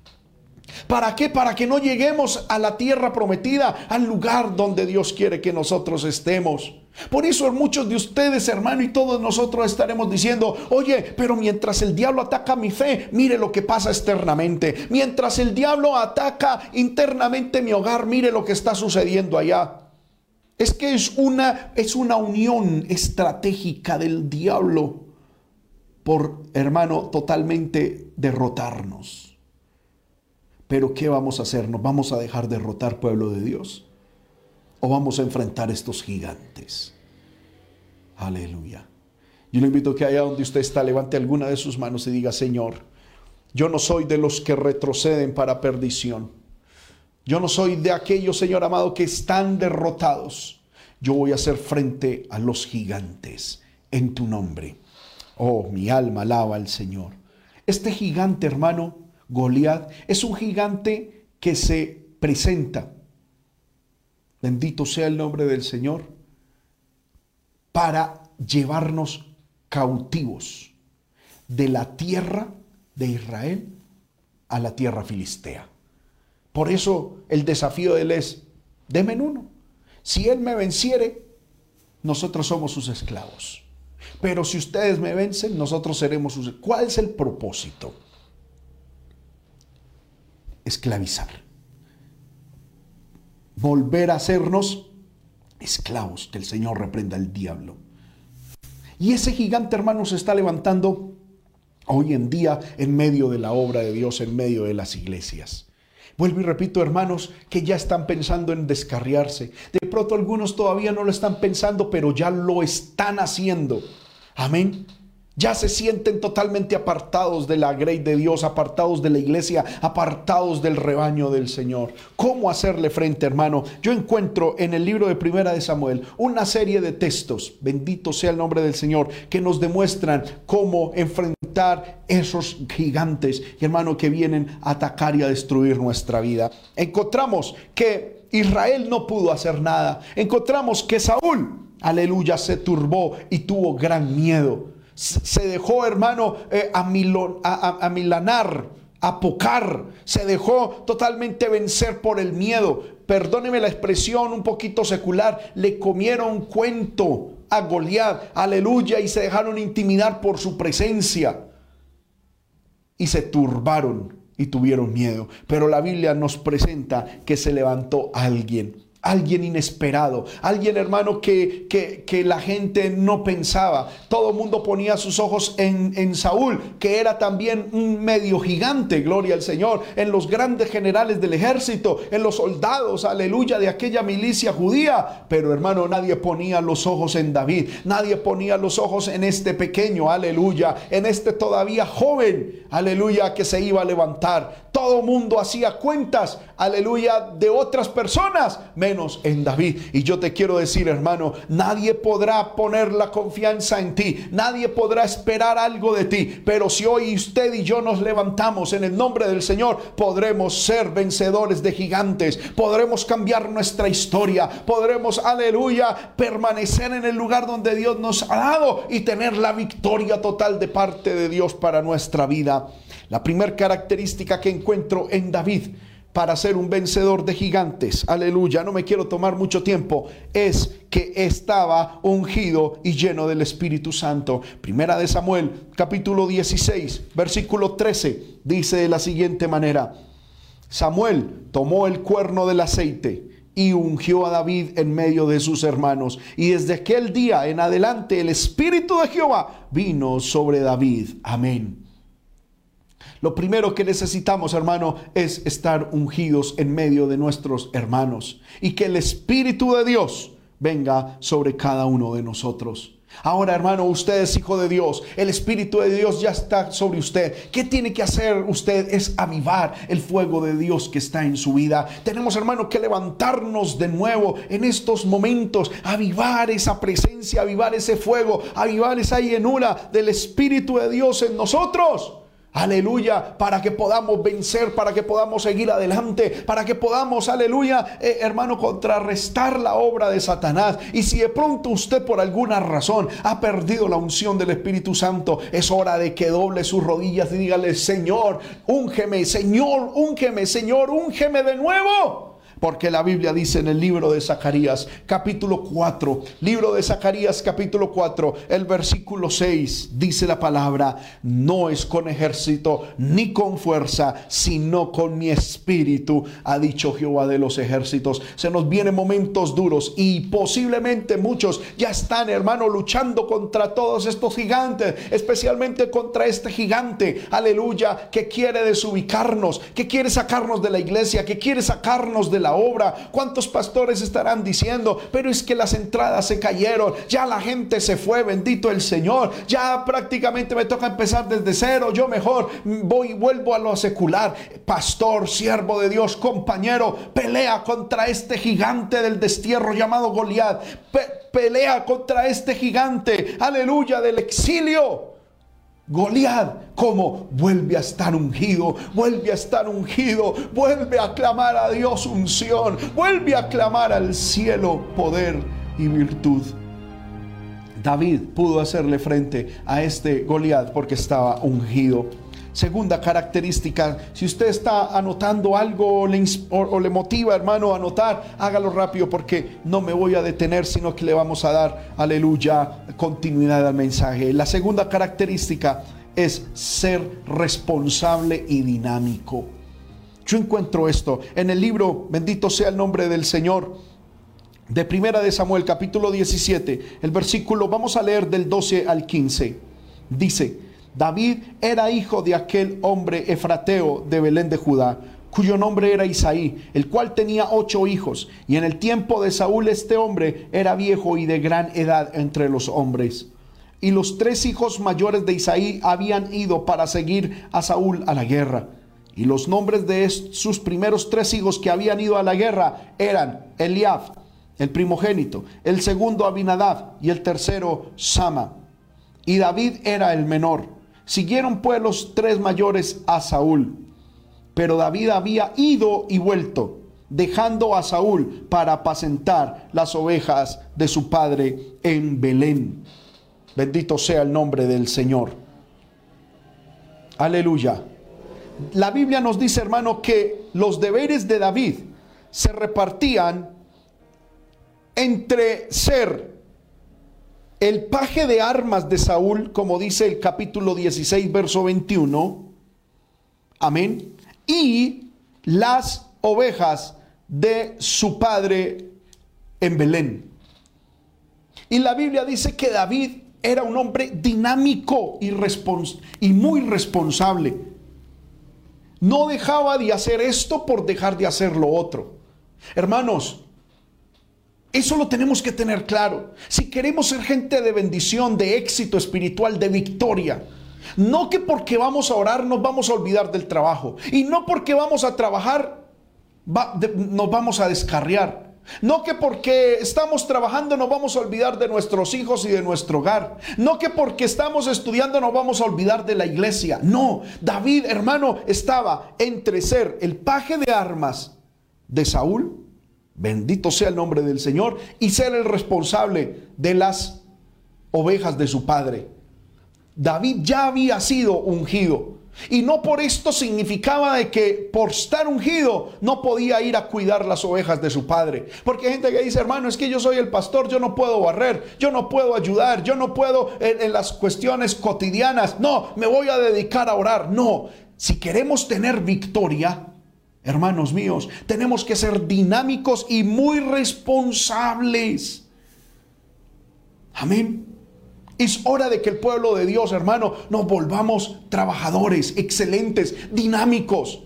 ¿Para qué? Para que no lleguemos a la tierra prometida, al lugar donde Dios quiere que nosotros estemos. Por eso muchos de ustedes, hermano, y todos nosotros estaremos diciendo, oye, pero mientras el diablo ataca mi fe, mire lo que pasa externamente. Mientras el diablo ataca internamente mi hogar, mire lo que está sucediendo allá. Es que es una, es una unión estratégica del diablo por, hermano, totalmente derrotarnos. Pero ¿qué vamos a hacer? ¿Nos vamos a dejar derrotar, pueblo de Dios? ¿O vamos a enfrentar estos gigantes? Aleluya. Yo le invito a que allá donde usted está, levante alguna de sus manos y diga, Señor, yo no soy de los que retroceden para perdición. Yo no soy de aquellos, Señor amado, que están derrotados. Yo voy a hacer frente a los gigantes en tu nombre. Oh, mi alma alaba al Señor. Este gigante, hermano, Goliat, es un gigante que se presenta, bendito sea el nombre del Señor, para llevarnos cautivos de la tierra de Israel a la tierra filistea. Por eso el desafío de él es, denme uno. Si él me venciere, nosotros somos sus esclavos. pero si ustedes me vencen, nosotros seremos sus... ¿Cuál es el propósito? Esclavizar. Volver a hacernos esclavos. Que el Señor reprenda al diablo. Y ese gigante, hermano, se está levantando hoy en día en medio de la obra de Dios, en medio de las iglesias. Vuelvo y repito, hermanos, que ya están pensando en descarriarse. De pronto algunos todavía no lo están pensando, pero ya lo están haciendo. Amén. Ya se sienten totalmente apartados de la grey de Dios, apartados de la iglesia, apartados del rebaño del Señor. ¿Cómo hacerle frente, hermano? Yo encuentro en el libro de Primera de Samuel una serie de textos, bendito sea el nombre del Señor, que nos demuestran cómo enfrentar esos gigantes, hermano, que vienen a atacar y a destruir nuestra vida. Encontramos que Israel no pudo hacer nada. Encontramos que Saúl, aleluya, se turbó y tuvo gran miedo. Se dejó, hermano, eh, a, Milo, a, a, a milanar, a pocar. Se dejó totalmente vencer por el miedo. Perdóneme la expresión un poquito secular. Le comieron cuento a Goliat, aleluya, y se dejaron intimidar por su presencia. Y se turbaron y tuvieron miedo. Pero la Biblia nos presenta que se levantó alguien. Alguien inesperado, alguien, hermano, que, que, que la gente no pensaba. Todo el mundo ponía sus ojos en, en Saúl, que era también un medio gigante, gloria al Señor, en los grandes generales del ejército, en los soldados, aleluya, de aquella milicia judía. Pero, hermano, nadie ponía los ojos en David, nadie ponía los ojos en este pequeño, aleluya, en este todavía joven, aleluya, que se iba a levantar. Todo el mundo hacía cuentas, aleluya, de otras personas, menos en David. Y yo te quiero decir, hermano, nadie podrá poner la confianza en ti, nadie podrá esperar algo de ti, pero si hoy usted y yo nos levantamos en el nombre del Señor, podremos ser vencedores de gigantes, podremos cambiar nuestra historia, podremos, aleluya, permanecer en el lugar donde Dios nos ha dado y tener la victoria total de parte de Dios para nuestra vida. La primera característica que encuentro en David para ser un vencedor de gigantes, aleluya, no me quiero tomar mucho tiempo, es que estaba ungido y lleno del Espíritu Santo. Primera de Samuel, capítulo dieciséis, versículo trece, dice de la siguiente manera: Samuel tomó el cuerno del aceite y ungió a David en medio de sus hermanos. Y desde aquel día en adelante el Espíritu de Jehová vino sobre David. Amén. Lo primero que necesitamos, hermano, es estar ungidos en medio de nuestros hermanos y que el Espíritu de Dios venga sobre cada uno de nosotros. Ahora, hermano, usted es hijo de Dios, el Espíritu de Dios ya está sobre usted. ¿Qué tiene que hacer usted? Es avivar el fuego de Dios que está en su vida. Tenemos, hermano, que levantarnos de nuevo en estos momentos, avivar esa presencia, avivar ese fuego, avivar esa llenura del Espíritu de Dios en nosotros. Aleluya, para que podamos vencer, para que podamos seguir adelante, para que podamos, aleluya, eh, hermano, contrarrestar la obra de Satanás. Y si de pronto usted por alguna razón ha perdido la unción del Espíritu Santo, es hora de que doble sus rodillas y dígale: Señor, úngeme, Señor, úngeme, Señor, úngeme de nuevo. Porque la Biblia dice en el libro de Zacarías, capítulo cuatro, libro de Zacarías, capítulo cuatro, el versículo seis, dice la palabra: no es con ejército ni con fuerza, sino con mi espíritu, ha dicho Jehová de los ejércitos. Se nos vienen momentos duros y posiblemente muchos ya están, hermano, luchando contra todos estos gigantes, especialmente contra este gigante, aleluya, que quiere desubicarnos, que quiere sacarnos de la iglesia, que quiere sacarnos de la obra. ¿Cuántos pastores estarán diciendo: pero es que las entradas se cayeron, ya la gente se fue, bendito el Señor, ya prácticamente me toca empezar desde cero, yo mejor voy y vuelvo a lo secular? Pastor, siervo de Dios, compañero, pelea contra este gigante del destierro llamado Goliat, Pe pelea contra este gigante, aleluya, del exilio. Goliat, como vuelve a estar ungido, vuelve a estar ungido, vuelve a clamar a Dios unción, vuelve a clamar al cielo poder y virtud. David pudo hacerle frente a este Goliat porque estaba ungido. Segunda característica, si usted está anotando algo o le, o, o le motiva, hermano, a anotar, hágalo rápido porque no me voy a detener, sino que le vamos a dar, aleluya, continuidad al mensaje. La segunda característica es ser responsable y dinámico. Yo encuentro esto en el libro, bendito sea el nombre del Señor, de Primera de Samuel, capítulo diecisiete, el versículo, vamos a leer del doce al quince. Dice: David era hijo de aquel hombre efrateo de Belén de Judá, cuyo nombre era Isaí, el cual tenía ocho hijos. Y en el tiempo de Saúl este hombre era viejo y de gran edad entre los hombres. Y los tres hijos mayores de Isaí habían ido para seguir a Saúl a la guerra. Y los nombres de sus primeros tres hijos que habían ido a la guerra eran Eliab, el primogénito, el segundo Abinadab y el tercero Sama. Y David era el menor. Siguieron pues los tres mayores a Saúl. Pero David había ido y vuelto, dejando a Saúl para apacentar las ovejas de su padre en Belén. Bendito sea el nombre del Señor. Aleluya. La Biblia nos dice, hermano, que los deberes de David se repartían entre ser el paje de armas de Saúl, como dice el capítulo dieciséis, verso veintiuno, amén, y las ovejas de su padre en Belén. Y la Biblia dice que David era un hombre dinámico y, respons- y muy responsable. No dejaba de hacer esto por dejar de hacer lo otro. Hermanos, eso lo tenemos que tener claro. Si queremos ser gente de bendición, de éxito espiritual, de victoria, no que porque vamos a orar nos vamos a olvidar del trabajo, y no porque vamos a trabajar va, de, nos vamos a descarriar. No que porque estamos trabajando nos vamos a olvidar de nuestros hijos y de nuestro hogar. No que porque estamos estudiando nos vamos a olvidar de la iglesia. No, David, hermano, estaba entre ser el paje de armas de Saúl, bendito sea el nombre del Señor, y ser el responsable de las ovejas de su padre. David ya había sido ungido. Y no por esto significaba de que por estar ungido no podía ir a cuidar las ovejas de su padre. Porque hay gente que dice, hermano, es que yo soy el pastor, yo no puedo barrer, yo no puedo ayudar, yo no puedo en, en las cuestiones cotidianas. No, me voy a dedicar a orar. No, si queremos tener victoria, hermanos míos, tenemos que ser dinámicos y muy responsables. Amén. Es hora de que el pueblo de Dios, hermano, nos volvamos trabajadores, excelentes, dinámicos.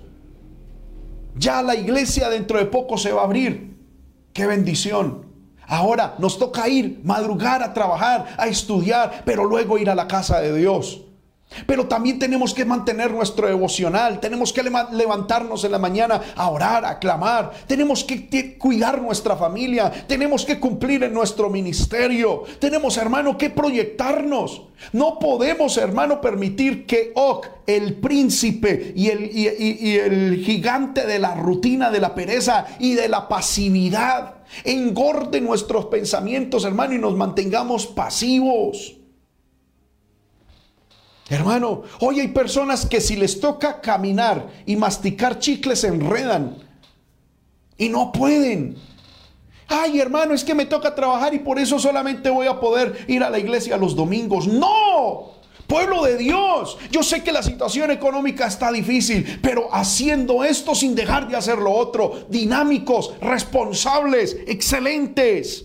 Ya la iglesia dentro de poco se va a abrir. ¡Qué bendición! Ahora nos toca ir, madrugar a trabajar, a estudiar, pero luego ir a la casa de Dios. Pero también tenemos que mantener nuestro devocional, tenemos que levantarnos en la mañana a orar, a clamar, tenemos que cuidar nuestra familia, tenemos que cumplir en nuestro ministerio, tenemos, hermano, que proyectarnos. No podemos, hermano, permitir que Og, el príncipe y el, y, y, y el gigante de la rutina, de la pereza y de la pasividad, engorde nuestros pensamientos, hermano, y nos mantengamos pasivos. Hermano, hoy hay personas que si les toca caminar y masticar chicles se enredan y no pueden. Ay, hermano, es que me toca trabajar y por eso solamente voy a poder ir a la iglesia los domingos. ¡No! Pueblo de Dios, yo sé que la situación económica está difícil, pero haciendo esto sin dejar de hacer lo otro, dinámicos, responsables, excelentes.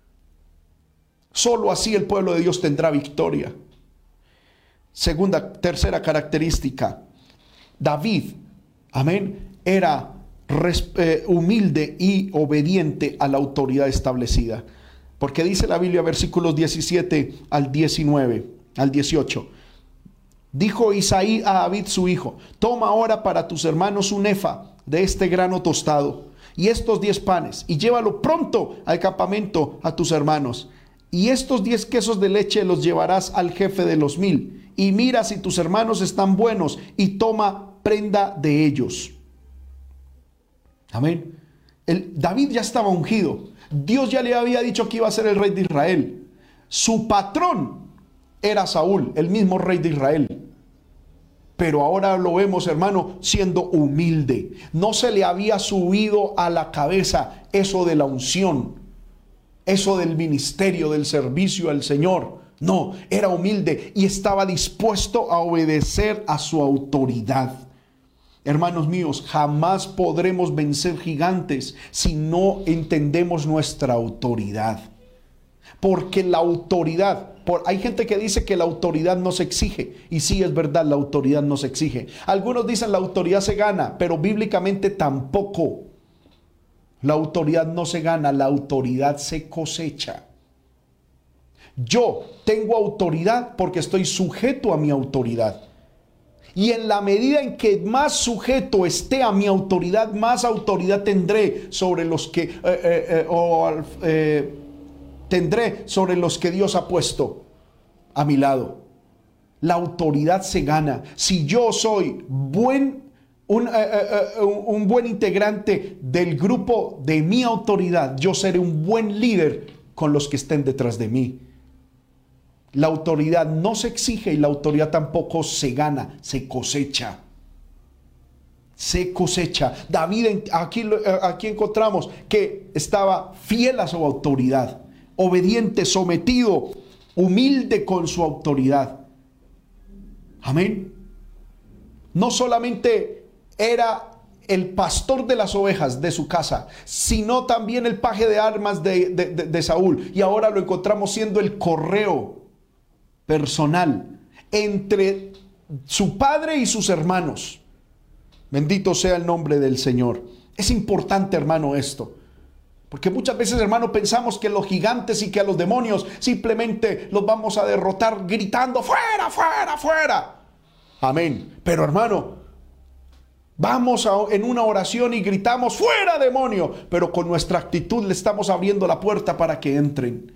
Solo así el pueblo de Dios tendrá victoria. Segunda, tercera característica, David, amén, era eh, humilde y obediente a la autoridad establecida. Porque dice la Biblia, versículos diecisiete al diecinueve, al dieciocho. Dijo Isaí a David su hijo: toma ahora para tus hermanos un efa de este grano tostado y estos diez panes, y llévalo pronto al campamento a tus hermanos. Y estos diez quesos de leche los llevarás al jefe de los mil. Y mira si tus hermanos están buenos y toma prenda de ellos. Amén. El, David ya estaba ungido. Dios ya le había dicho que iba a ser el rey de Israel. Su patrón era Saúl, el mismo rey de Israel. pero ahora lo vemos, hermano, siendo humilde. No se le había subido a la cabeza eso de la unción, eso del ministerio, del servicio al Señor. No, era humilde y estaba dispuesto a obedecer a su autoridad. Hermanos míos, jamás podremos vencer gigantes si no entendemos nuestra autoridad. Porque la autoridad, por, hay gente que dice que la autoridad no se exige. Y sí, es verdad, la autoridad no se exige. Algunos dicen la autoridad se gana, pero bíblicamente tampoco. La autoridad no se gana, la autoridad se cosecha. Yo tengo autoridad porque estoy sujeto a mi autoridad. Y en la medida en que más sujeto esté a mi autoridad, más autoridad tendré sobre los que eh, eh, eh, o, eh, tendré sobre los que Dios ha puesto a mi lado. La autoridad se gana. Si yo soy buen, un, eh, eh, un buen integrante del grupo de mi autoridad, yo seré un buen líder con los que estén detrás de mí. La autoridad no se exige y la autoridad tampoco se gana, se cosecha. Se cosecha. David, aquí, aquí encontramos que estaba fiel a su autoridad, obediente, sometido, humilde con su autoridad. Amén. No solamente era el pastor de las ovejas de su casa, sino también el paje de armas de, de, de, de Saúl. Y ahora lo encontramos siendo el correo personal entre su padre y sus hermanos. Bendito sea el nombre del Señor. Es importante, hermano, esto. Porque muchas veces, hermano, pensamos que los gigantes y que a los demonios simplemente los vamos a derrotar gritando fuera, fuera, fuera. Amén. Pero, hermano, vamos a, en una oración y gritamos fuera, demonio. Pero con nuestra actitud le estamos abriendo la puerta para que entren.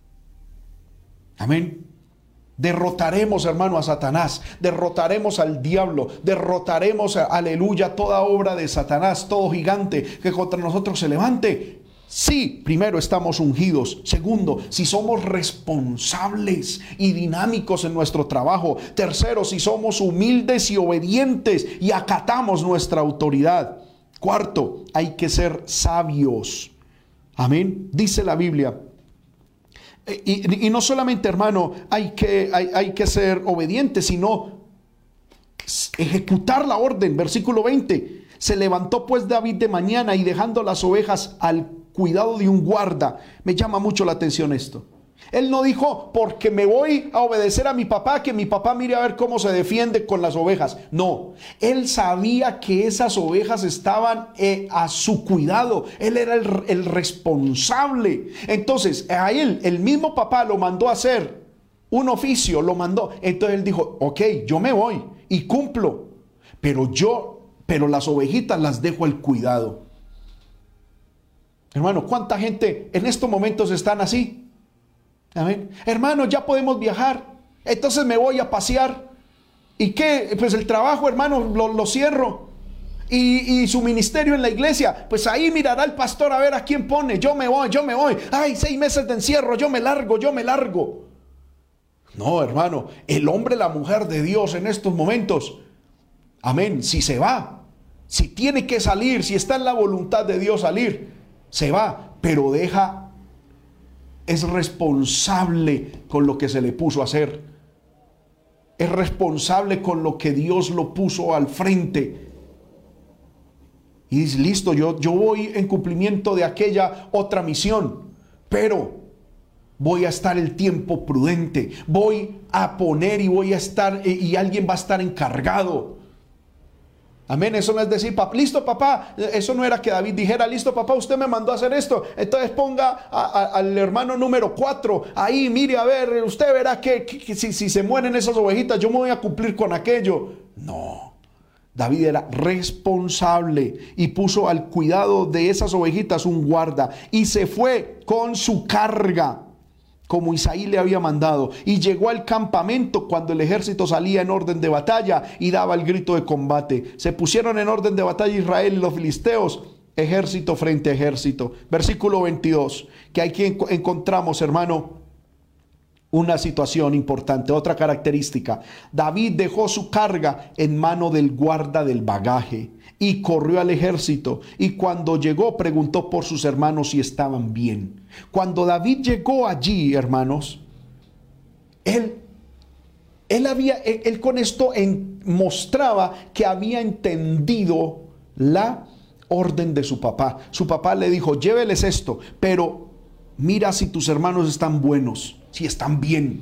Amén. Derrotaremos, hermano, a Satanás, derrotaremos al diablo, derrotaremos, aleluya, toda obra de Satanás, todo gigante que contra nosotros se levante. Sí, primero estamos ungidos. Segundo, si somos responsables y dinámicos en nuestro trabajo. Tercero, si somos humildes y obedientes y acatamos nuestra autoridad. Cuarto, hay que ser sabios. Amén. Dice la Biblia. Y, y no solamente, hermano, hay que, hay, hay que ser obediente, sino ejecutar la orden. Versículo veinte. Se levantó pues David de mañana y dejando las ovejas al cuidado de un guarda. Me llama mucho la atención esto. Él no dijo, porque me voy a obedecer a mi papá, que mi papá mire a ver cómo se defiende con las ovejas. No, él sabía que esas ovejas estaban eh, a su cuidado. Él era el, el responsable. Entonces, a él, el mismo papá lo mandó a hacer un oficio, lo mandó. Entonces él dijo, ok, yo me voy y cumplo. Pero yo, pero las ovejitas las dejo al cuidado. Hermano, ¿cuánta gente en estos momentos están así? Amén. Hermano, ya podemos viajar. Entonces me voy a pasear. ¿Y qué? Pues el trabajo, hermano, lo, lo cierro. Y, y su ministerio en la iglesia, pues ahí mirará el pastor a ver a quién pone. Yo me voy, yo me voy. Ay, seis meses de encierro, yo me largo, yo me largo. No, hermano, el hombre, la mujer de Dios en estos momentos, amén, si se va, si tiene que salir, si está en la voluntad de Dios salir, se va, pero deja. Es responsable con lo que se le puso a hacer. Es responsable con lo que Dios lo puso al frente. Y dice, listo, yo, yo voy en cumplimiento de aquella otra misión. Pero voy a estar el tiempo prudente. Voy a poner y voy a estar, y alguien va a estar encargado. Amén, eso no es decir, papá, listo papá, eso no era que David dijera, listo papá, usted me mandó a hacer esto, entonces ponga a, a, al hermano número cuatro, ahí mire a ver, usted verá que, que, que si, si se mueren esas ovejitas, yo me voy a cumplir con aquello. No, David era responsable y puso al cuidado de esas ovejitas un guarda y se fue con su carga, como Isaí le había mandado, y llegó al campamento cuando el ejército salía en orden de batalla y daba el grito de combate. Se pusieron en orden de batalla Israel y los filisteos, ejército frente a ejército. Versículo veintidós, que aquí encontramos, hermano, Una situación importante, otra característica. David dejó su carga en mano del guarda del bagaje y corrió al ejército, y cuando llegó preguntó por sus hermanos si estaban bien. Cuando David llegó allí, hermanos, él, él, había, él, él con esto en, mostraba que había entendido la orden de su papá. Su papá le dijo, lléveles esto, pero mira si tus hermanos están buenos, si están bien.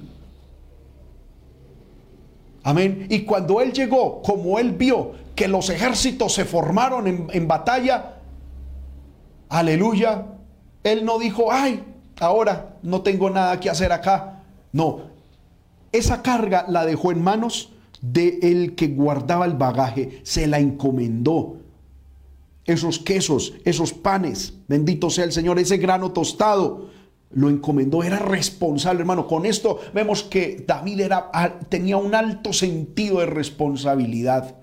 Amén. Y cuando él llegó, como él vio que los ejércitos se formaron en, en batalla, aleluya, él no dijo, ay, ahora no tengo nada que hacer acá. No, esa carga la dejó en manos del que guardaba el bagaje, se la encomendó. Esos quesos, esos panes, bendito sea el Señor, ese grano tostado, lo encomendó, era responsable, hermano. Con esto vemos que David era, tenía un alto sentido de responsabilidad.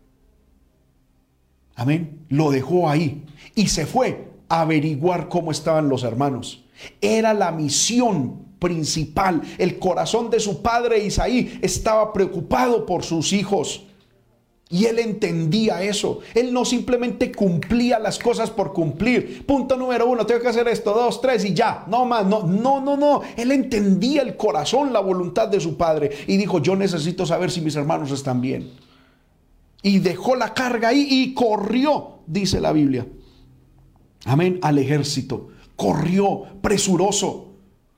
Amén. Lo dejó ahí y se fue a averiguar cómo estaban los hermanos. Era la misión principal. El corazón de su padre Isaí estaba preocupado por sus hijos. Y él entendía eso. Él no simplemente cumplía las cosas por cumplir. Punto número uno, tengo que hacer esto, dos, tres y ya. No más, no, no, no, no. Él entendía el corazón, la voluntad de su padre. Y dijo, yo necesito saber si mis hermanos están bien. Y dejó la carga ahí y corrió, dice la Biblia. Amén, al ejército. Corrió, presuroso.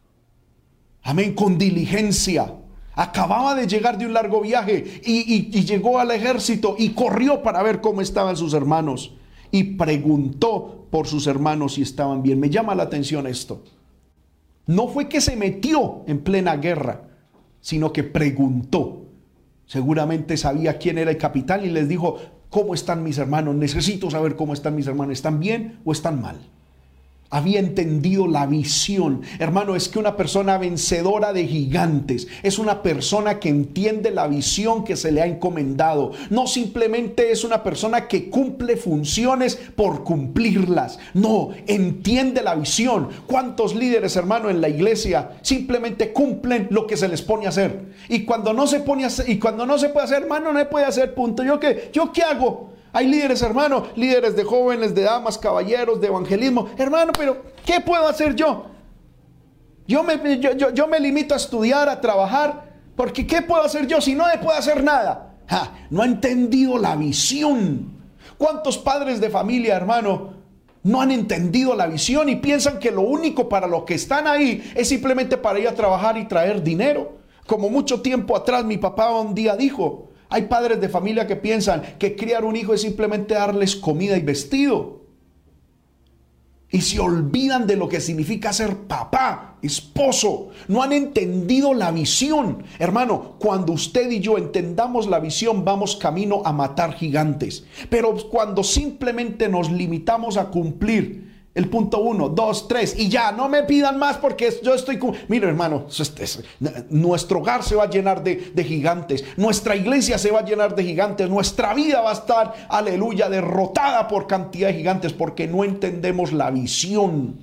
Amén, con diligencia. Acababa de llegar de un largo viaje y, y, y llegó al ejército y corrió para ver cómo estaban sus hermanos. Y preguntó por sus hermanos si estaban bien. Me llama la atención esto. No fue que se metió en plena guerra, sino que preguntó. Seguramente sabía quién era el capitán y les dijo, ¿cómo están mis hermanos? Necesito saber cómo están mis hermanos. ¿Están bien o están mal? Había entendido la visión. Hermano, es que una persona vencedora de gigantes es una persona que entiende la visión que se le ha encomendado. No simplemente es una persona que cumple funciones por cumplirlas. No, entiende la visión. ¿Cuántos líderes, hermano, en la iglesia simplemente cumplen lo que se les pone a hacer? Y cuando no se pone a hacer, y cuando no se puede hacer, hermano, no se puede hacer, punto. ¿Yo qué? ¿Yo qué hago? Hay líderes, hermano, líderes de jóvenes, de damas, caballeros, de evangelismo. Hermano, pero ¿qué puedo hacer yo? Yo me, yo, yo, yo me limito a estudiar, a trabajar, porque ¿qué puedo hacer yo si no me puedo hacer nada? Ja, no ha entendido la visión. ¿Cuántos padres de familia, hermano, no han entendido la visión y piensan que lo único para lo que están ahí es simplemente para ir a trabajar y traer dinero? Como mucho tiempo atrás mi papá un día dijo, hay padres de familia que piensan que criar un hijo es simplemente darles comida y vestido. Y se olvidan de lo que significa ser papá, esposo. No han entendido la visión. Hermano, cuando usted y yo entendamos la visión, vamos camino a matar gigantes. Pero cuando simplemente nos limitamos a cumplir el punto uno, dos, tres y ya, no me pidan más porque yo estoy... Mira, hermano, nuestro hogar se va a llenar de, de gigantes, nuestra iglesia se va a llenar de gigantes, nuestra vida va a estar, aleluya, derrotada por cantidad de gigantes porque no entendemos la visión.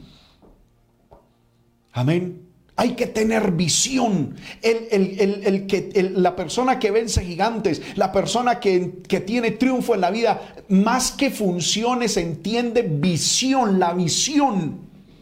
Amén. Hay que tener visión. El, el, el, el que, el, la persona que vence gigantes, la persona que, que tiene triunfo en la vida, más que funciones, entiende visión, la visión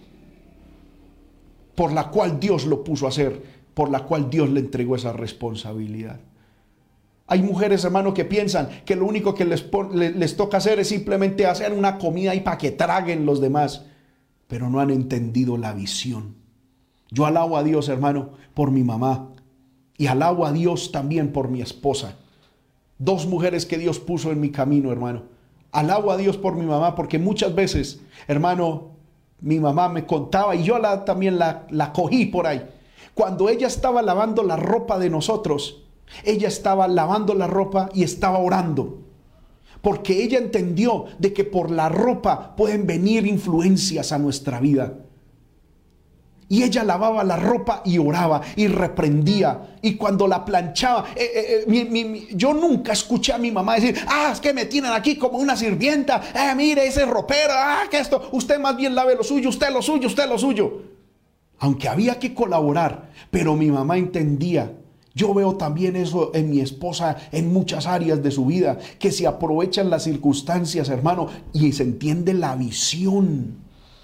por la cual Dios lo puso a hacer, por la cual Dios le entregó esa responsabilidad. Hay mujeres, hermano, que piensan que lo único que les, les, les toca hacer es simplemente hacer una comida y para que traguen los demás, pero no han entendido la visión. Yo alabo a Dios, hermano, por mi mamá. Y alabo a Dios también por mi esposa. Dos mujeres que Dios puso en mi camino, hermano. Alabo a Dios por mi mamá porque muchas veces, hermano, mi mamá me contaba y yo la, también la, la cogí por ahí. Cuando ella estaba lavando la ropa de nosotros, ella estaba lavando la ropa y estaba orando. Porque ella entendió de que por la ropa pueden venir influencias a nuestra vida. Y ella lavaba la ropa y oraba y reprendía. Y cuando la planchaba, eh, eh, mi, mi, mi, yo nunca escuché a mi mamá decir, ah, es que me tienen aquí como una sirvienta. Eh, mire, ese ropero, ah, que esto, usted más bien lave lo suyo, usted lo suyo, usted lo suyo. aunque había que colaborar, pero mi mamá entendía. Yo veo también eso en mi esposa en muchas áreas de su vida, que se aprovechan las circunstancias, hermano, y se entiende la visión,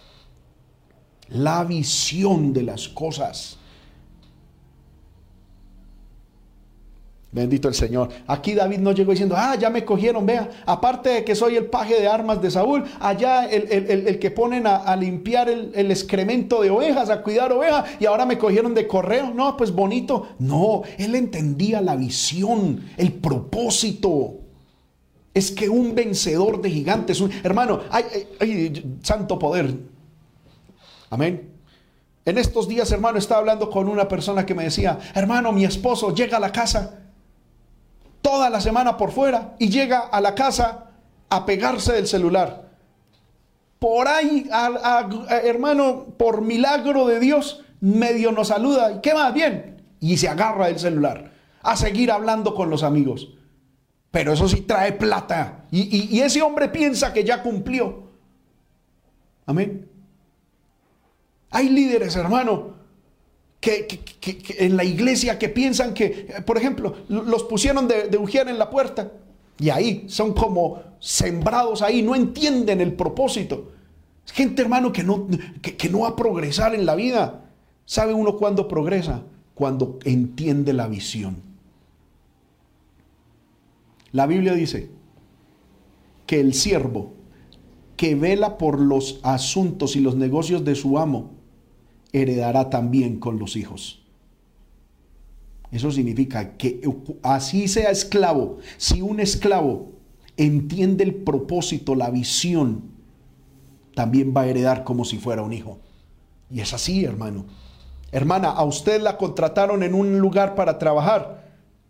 la visión de las cosas. Bendito el Señor. Aquí David no llegó diciendo, ah, ya me cogieron, vea, aparte de que soy el paje de armas de Saúl, allá el, el, el, el que ponen a, a limpiar el, el excremento de ovejas, a cuidar ovejas, y ahora me cogieron de correo. No, pues bonito. No, él entendía la visión, el propósito. Es que un vencedor de gigantes, un, hermano, ay, ay, ay, santo poder. Amén. En estos días, hermano, estaba hablando con una persona que me decía, hermano, mi esposo llega a la casa toda la semana por fuera y llega a la casa a pegarse del celular. Por ahí, a, a, a, hermano, por milagro de Dios, medio nos saluda. ¿Y qué más? Bien. Y se agarra del celular a seguir hablando con los amigos. Pero eso sí trae plata. Y, y, y ese hombre piensa que ya cumplió. Amén. Hay líderes, hermano, Que, que, que, que en la iglesia que piensan que, por ejemplo, los pusieron de, de ujier en la puerta y ahí son como sembrados ahí, no entienden el propósito. Es gente, hermano, que no, que, que no va a progresar en la vida. ¿Sabe uno cuándo progresa? Cuando entiende la visión. La Biblia dice que el siervo que vela por los asuntos y los negocios de su amo heredará también con los hijos. Eso significa que así sea esclavo, si un esclavo entiende el propósito, la visión, también va a heredar como si fuera un hijo. Y es así, hermano. Hermana, a usted la contrataron en un lugar para trabajar.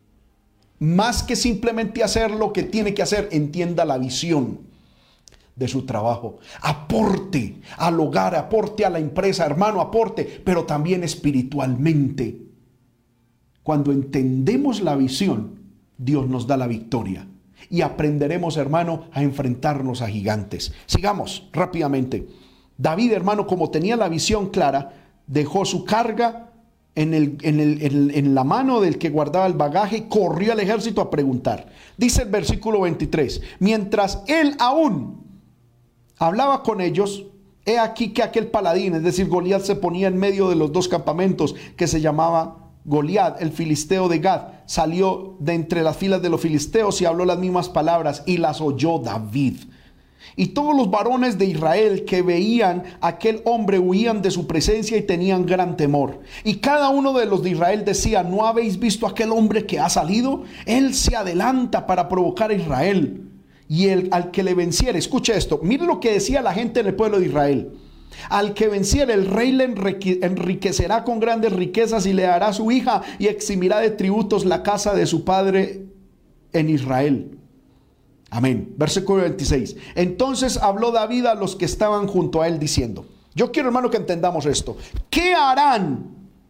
Más que simplemente hacer lo que tiene que hacer, entienda la visión de su trabajo. Aporte al hogar, aporte a la empresa, hermano, aporte, pero también espiritualmente. Cuando entendemos la visión, Dios nos da la victoria y aprenderemos, hermano, a enfrentarnos a gigantes. Sigamos rápidamente. David, hermano, como tenía la visión clara, dejó su carga en, el, en, el, en, en la mano del que guardaba el bagaje, corrió al ejército a preguntar. Dice el versículo veintitrés, mientras él aún hablaba con ellos, he aquí que aquel paladín, es decir, Goliat, se ponía en medio de los dos campamentos, que se llamaba Goliat, el filisteo de Gad. Salió de entre las filas de los filisteos y habló las mismas palabras, y las oyó David. Y todos los varones de Israel que veían a aquel hombre huían de su presencia y tenían gran temor. Y cada uno de los de Israel decía, ¿no habéis visto a aquel hombre que ha salido? Él se adelanta para provocar a Israel. Y el, al que le venciere, escuche esto, mire lo que decía la gente en el pueblo de Israel. Al que venciere, el rey le enriquecerá con grandes riquezas y le dará su hija y eximirá de tributos la casa de su padre en Israel. Amén. Versículo veintiséis. Entonces habló David a los que estaban junto a él diciendo, yo quiero, hermano, que entendamos esto. ¿Qué harán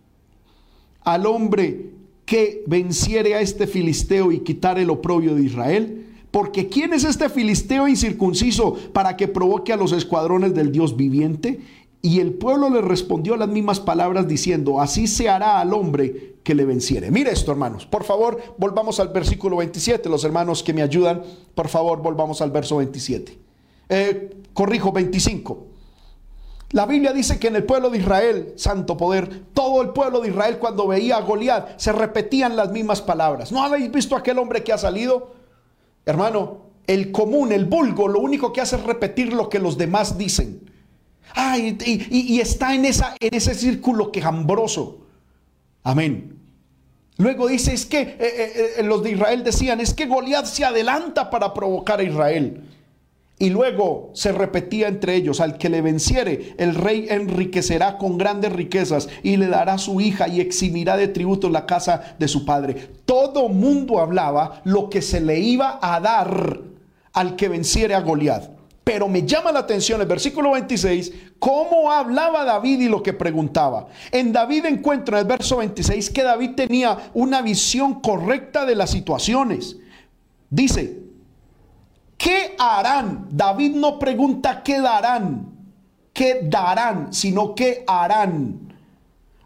al hombre que venciere a este filisteo y quitare el oprobio de Israel? Porque ¿quién es este filisteo incircunciso para que provoque a los escuadrones del Dios viviente? Y el pueblo le respondió las mismas palabras diciendo, así se hará al hombre que le venciere. Mire esto, hermanos, por favor, volvamos al versículo veintisiete. Los hermanos que me ayudan, por favor, volvamos al verso veintisiete. Eh, corrijo, veinticinco. La Biblia dice que en el pueblo de Israel, santo poder, todo el pueblo de Israel cuando veía a Goliat se repetían las mismas palabras. ¿No habéis visto a aquel hombre que ha salido? Hermano, el común, el vulgo, lo único que hace es repetir lo que los demás dicen. Ay, y, y, y está en, esa, en ese círculo quejambroso. Amén. Luego dice, es que eh, eh, los de Israel decían, es que Goliat se adelanta para provocar a Israel. Y luego se repetía entre ellos, al que le venciere, el rey enriquecerá con grandes riquezas y le dará su hija y eximirá de tributos la casa de su padre. Todo mundo hablaba lo que se le iba a dar al que venciere a Goliat. Pero me llama la atención el versículo veintiséis, cómo hablaba David y lo que preguntaba. En David encuentro en el verso veintiséis que David tenía una visión correcta de las situaciones. Dice, ¿qué harán? David no pregunta qué darán, qué darán, sino qué harán.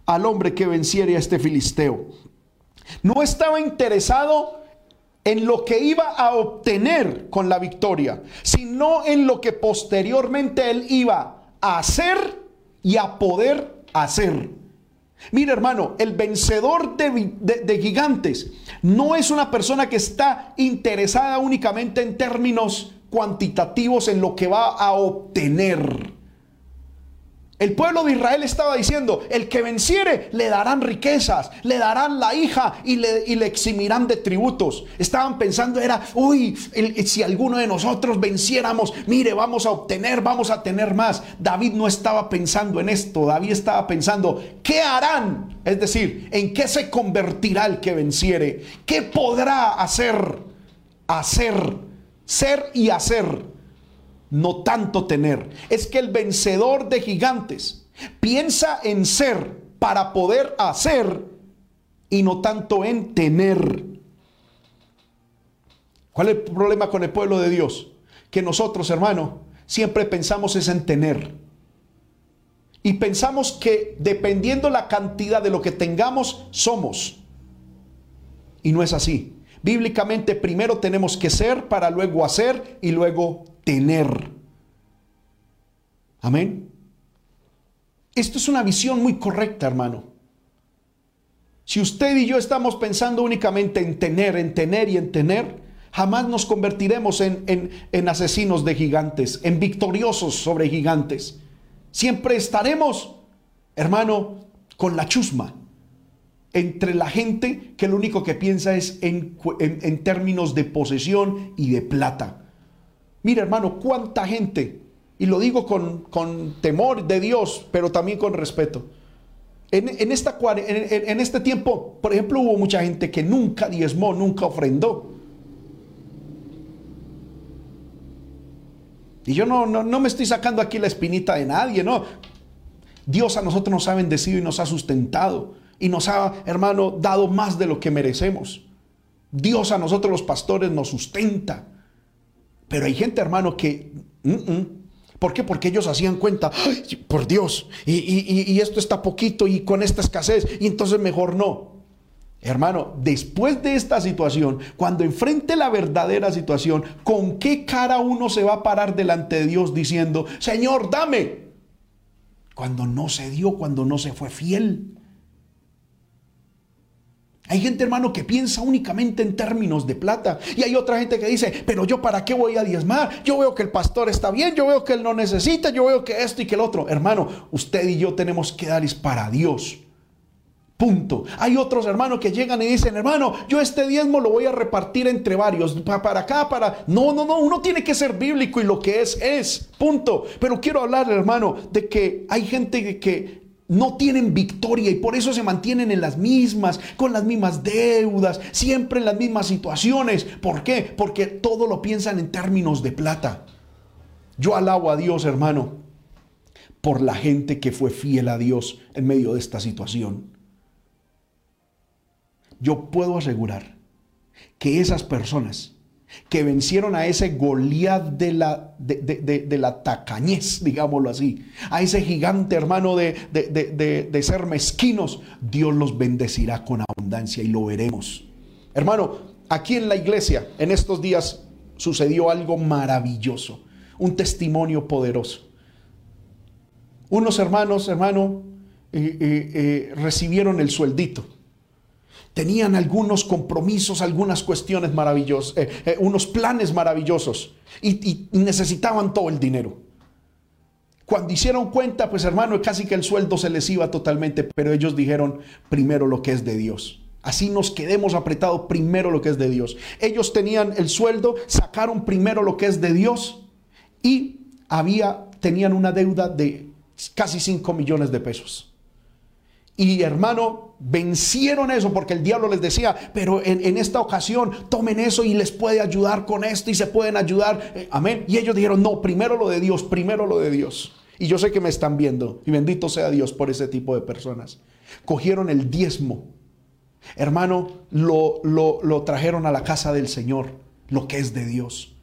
al hombre que venciere a este filisteo. No estaba interesado en lo que iba a obtener con la victoria, sino en lo que posteriormente él iba a hacer y a poder hacer. Mira, hermano, el vencedor de, de, de gigantes no es una persona que está interesada únicamente en términos cuantitativos, en lo que va a obtener. El pueblo de Israel estaba diciendo: el que venciere le darán riquezas, le darán la hija y le, y le eximirán de tributos. Estaban pensando era, uy, el, si alguno de nosotros venciéramos, mire, vamos a obtener, vamos a tener más. David no estaba pensando en esto. David estaba pensando, ¿qué harán? Es decir, ¿en qué se convertirá el que venciere? ¿Qué podrá hacer? Hacer, ser y hacer. No tanto tener. Es que el vencedor de gigantes piensa en ser para poder hacer y no tanto en tener. ¿Cuál es el problema con el pueblo de Dios? Que nosotros, hermano, siempre pensamos es en tener. Y pensamos que dependiendo la cantidad de lo que tengamos, somos. Y no es así. Bíblicamente primero tenemos que ser para luego hacer y luego tener. Amén. Esto es una visión muy correcta, hermano. Si usted y yo estamos pensando únicamente en tener, en tener y en tener, jamás nos convertiremos en, en, en asesinos de gigantes, en victoriosos sobre gigantes. Siempre estaremos, hermano, con la chusma entre la gente que lo único que piensa es en, en, en términos de posesión y de plata. Mira, hermano, cuánta gente, y lo digo con, con temor de Dios, pero también con respeto. En, en, esta, en, en este tiempo, por ejemplo, hubo mucha gente que nunca diezmó, nunca ofrendó. Y yo no, no, no me estoy sacando aquí la espinita de nadie, no. Dios a nosotros nos ha bendecido y nos ha sustentado. Y nos ha, hermano, dado más de lo que merecemos. Dios a nosotros los pastores nos sustenta. Pero hay gente, hermano, que... Uh -uh. ¿Por qué? Porque ellos hacían cuenta, ¡ay, por Dios! Y, y, y esto está poquito y con esta escasez, y entonces mejor no. Hermano, después de esta situación, cuando enfrente la verdadera situación, ¿con qué cara uno se va a parar delante de Dios diciendo, Señor, dame? Cuando no se dio, cuando no se fue fiel. Hay gente, hermano, que piensa únicamente en términos de plata. Y hay otra gente que dice, pero yo para qué voy a diezmar. Yo veo que el pastor está bien, yo veo que él no necesita, yo veo que esto y que el otro. Hermano, usted y yo tenemos que dar es para Dios. Punto. Hay otros hermanos que llegan y dicen, hermano, yo este diezmo lo voy a repartir entre varios, para, para acá, para... No, no, no, uno tiene que ser bíblico y lo que es, es. Punto. Pero quiero hablar, hermano, de que hay gente que no tienen victoria y por eso se mantienen en las mismas, con las mismas deudas, siempre en las mismas situaciones. ¿Por qué? Porque todo lo piensan en términos de plata. Yo alabo a Dios, hermano, por la gente que fue fiel a Dios en medio de esta situación. Yo puedo asegurar que esas personas que vencieron a ese Goliat de la, de, de, de, de la tacañez, digámoslo así, a ese gigante, hermano, de, de, de, de, de ser mezquinos, Dios los bendecirá con abundancia y lo veremos. Hermano, aquí en la iglesia, en estos días, sucedió algo maravilloso, un testimonio poderoso. Unos hermanos, hermano, eh, eh, eh, recibieron el sueldito. Tenían algunos compromisos, algunas cuestiones maravillosas, eh, eh, unos planes maravillosos y, y, y necesitaban todo el dinero. Cuando hicieron cuenta, pues hermano, casi que el sueldo se les iba totalmente, pero ellos dijeron primero lo que es de Dios. Así nos quedemos apretados, primero lo que es de Dios. Ellos tenían el sueldo, sacaron primero lo que es de Dios y había, tenían una deuda de casi cinco millones de pesos. Y hermano, vencieron eso porque el diablo les decía, pero en, en esta ocasión tomen eso y les puede ayudar con esto y se pueden ayudar, eh, amén. Y ellos dijeron, no, primero lo de Dios, primero lo de Dios. Y yo sé que me están viendo y bendito sea Dios por ese tipo de personas. Cogieron el diezmo, hermano, lo, lo, lo trajeron a la casa del Señor, lo que es de Dios.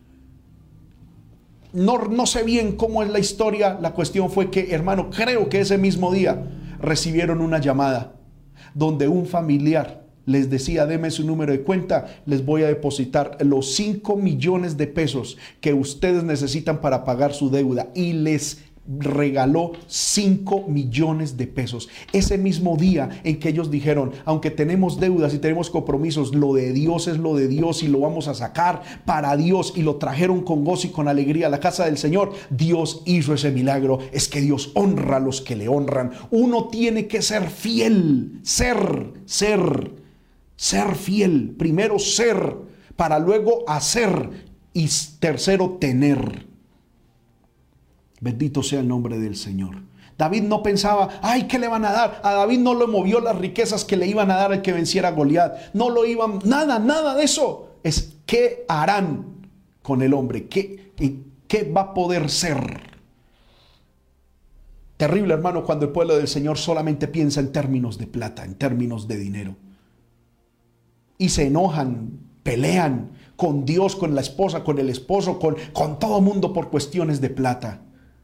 No, no sé bien cómo es la historia, la cuestión fue que, hermano, creo que ese mismo día recibieron una llamada donde un familiar les decía: deme su número de cuenta, les voy a depositar los cinco millones de pesos que ustedes necesitan para pagar su deuda, y les regaló cinco millones de pesos. Ese mismo día en que ellos dijeron: aunque tenemos deudas y tenemos compromisos, lo de Dios es lo de Dios y lo vamos a sacar para Dios, y lo trajeron con gozo y con alegría a la casa del Señor, Dios hizo ese milagro. Es que Dios honra a los que le honran. Uno tiene que ser fiel, ser, ser, ser fiel. Primero ser, para luego hacer, y tercero tener. Bendito sea el nombre del Señor. David no pensaba: ay, ¿qué le van a dar? A David no le movió las riquezas que le iban a dar al que venciera a Goliat. No lo iban, nada, nada de eso. Es ¿qué harán con el hombre? ¿Qué, qué va a poder ser? Terrible, hermano, cuando el pueblo del Señor solamente piensa en términos de plata, en términos de dinero. Y se enojan, pelean con Dios, con la esposa, con el esposo, con, con todo mundo por cuestiones de plata.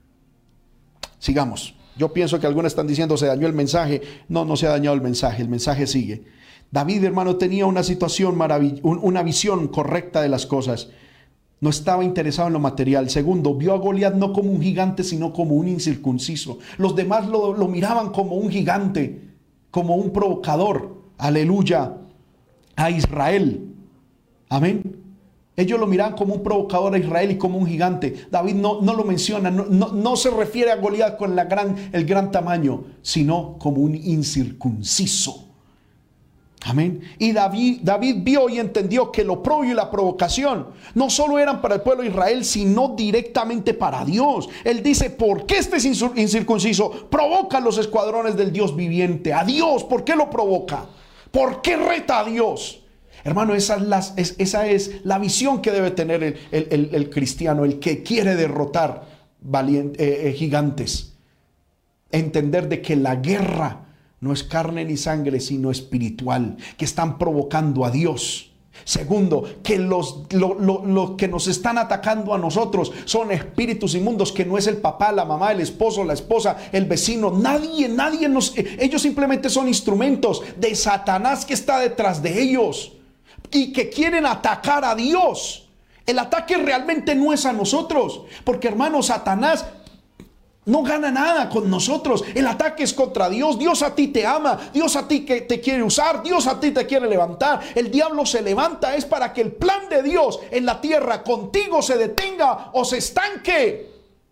Sigamos. Yo pienso que algunos están diciendo: se dañó el mensaje. No, no se ha dañado el mensaje. El mensaje sigue. David, hermano, tenía una situación maravillosa, una visión correcta de las cosas. No estaba interesado en lo material. Segundo, vio a Goliat no como un gigante, sino como un incircunciso. Los demás lo, lo miraban como un gigante, como un provocador. Aleluya. A Israel. Amén. Ellos lo miraban como un provocador a Israel y como un gigante. David no, no lo menciona, no, no, no se refiere a Goliat con la gran, el gran tamaño, sino como un incircunciso. Amén. Y David, David vio y entendió que lo oprobio y la provocación no solo eran para el pueblo de Israel, sino directamente para Dios. Él dice: ¿por qué este incircunciso provoca a los escuadrones del Dios viviente? A Dios, ¿por qué lo provoca? ¿Por qué reta a Dios? Hermano, esa es, la, es, esa es la visión que debe tener el, el, el, el cristiano, el que quiere derrotar valiente, eh, eh, gigantes. Entender de que la guerra no es carne ni sangre, sino espiritual, que están provocando a Dios. Segundo, que los, lo, lo, lo que nos están atacando a nosotros son espíritus inmundos, que no es el papá, la mamá, el esposo, la esposa, el vecino. Nadie, nadie nos... Ellos simplemente son instrumentos de Satanás que está detrás de ellos y que quieren atacar a Dios. El ataque realmente no es a nosotros, porque, hermano, Satanás no gana nada con nosotros. El ataque es contra Dios. Dios a ti te ama. Dios a ti que te quiere usar. Dios a ti te quiere levantar. El diablo se levanta es para que el plan de Dios en la tierra contigo se detenga o se estanque.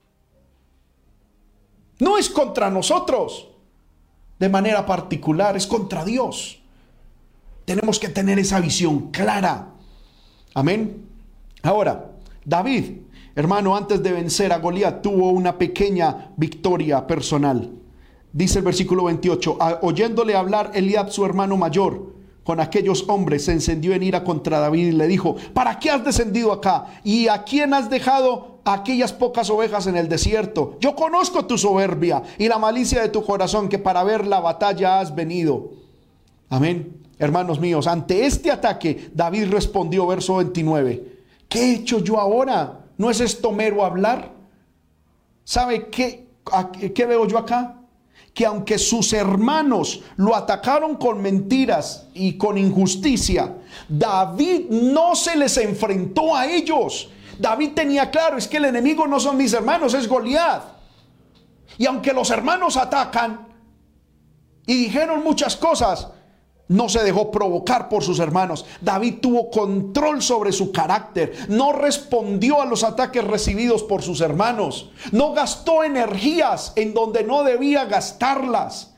No es contra nosotros de manera particular, es contra Dios. Tenemos que tener esa visión clara. Amén. Ahora, David, hermano, antes de vencer a Goliat, tuvo una pequeña victoria personal. Dice el versículo veintiocho: oyéndole hablar Eliab, su hermano mayor, con aquellos hombres, se encendió en ira contra David y le dijo: ¿para qué has descendido acá? ¿Y a quién has dejado aquellas pocas ovejas en el desierto? Yo conozco tu soberbia y la malicia de tu corazón, que para ver la batalla has venido. Amén. Hermanos míos, ante este ataque, David respondió, verso veintinueve: ¿qué he hecho yo ahora? ¿No es esto mero hablar? ¿Sabe qué, qué veo yo acá? Que aunque sus hermanos lo atacaron con mentiras y con injusticia, David no se les enfrentó a ellos. David tenía claro: es que el enemigo no son mis hermanos, es Goliat. Y aunque los hermanos atacan y dijeron muchas cosas, no se dejó provocar por sus hermanos. David tuvo control sobre su carácter. No respondió a los ataques recibidos por sus hermanos. No gastó energías en donde no debía gastarlas.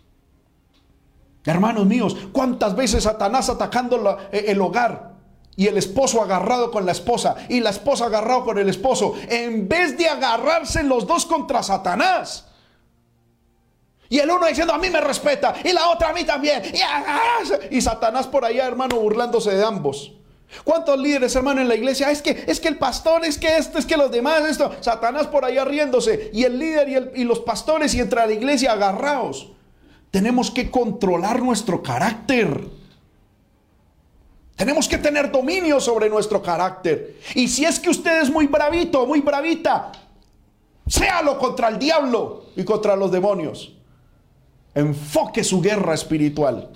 Hermanos míos, ¿cuántas veces Satanás atacando la, el hogar? Y el esposo agarrado con la esposa, y la esposa agarrado con el esposo, en vez de agarrarse los dos contra Satanás. Y el uno diciendo: a mí me respeta, y la otra a mí también. Y, y Satanás por allá, hermano, burlándose de ambos. ¿Cuántos líderes, hermano, en la iglesia? Es que, es que el pastor, es que esto, es que los demás, esto. Satanás por allá riéndose. Y el líder y, el, y los pastores y entre la iglesia agarrados. Tenemos que controlar nuestro carácter. Tenemos que tener dominio sobre nuestro carácter. Y si es que usted es muy bravito, muy bravita, séalo contra el diablo y contra los demonios. Enfoque su guerra espiritual.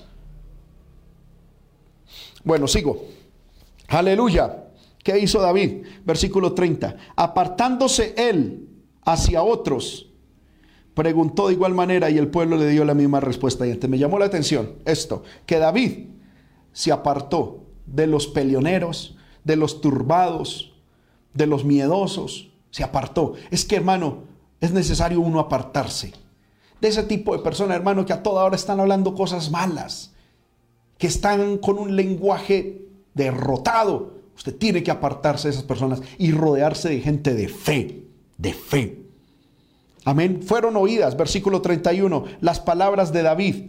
Bueno, sigo. Aleluya. ¿Qué hizo David? Versículo treinta. Apartándose él hacia otros, preguntó de igual manera y el pueblo le dio la misma respuesta. Y entonces me llamó la atención esto, que David se apartó de los peleoneros, de los turbados, de los miedosos. Se apartó. Es que, hermano, es necesario uno apartarse de ese tipo de personas, hermano, que a toda hora están hablando cosas malas, que están con un lenguaje derrotado. Usted tiene que apartarse de esas personas y rodearse de gente de fe, de fe. Amén. Fueron oídas, versículo treinta y uno, las palabras de David.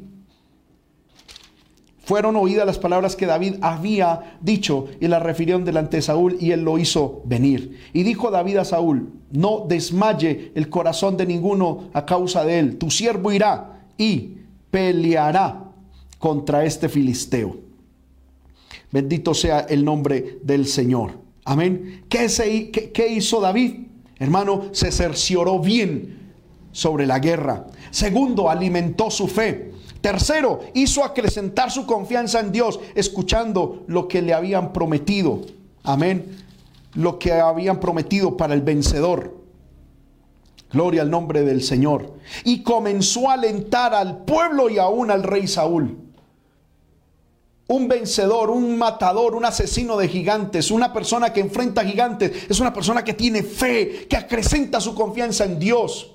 Fueron oídas las palabras que David había dicho y las refirieron delante de Saúl y él lo hizo venir. Y dijo David a Saúl, no desmaye el corazón de ninguno a causa de él. Tu siervo irá y peleará contra este filisteo. Bendito sea el nombre del Señor. Amén. ¿Qué, se, qué, qué hizo David? Hermano, se cercioró bien sobre la guerra. Segundo, alimentó su fe. Tercero, hizo acrecentar su confianza en Dios, escuchando lo que le habían prometido. Amén. Lo que habían prometido para el vencedor. Gloria al nombre del Señor. Y comenzó a alentar al pueblo y aún al rey Saúl. Un vencedor, un matador, un asesino de gigantes, una persona que enfrenta gigantes, es una persona que tiene fe, que acrecenta su confianza en Dios.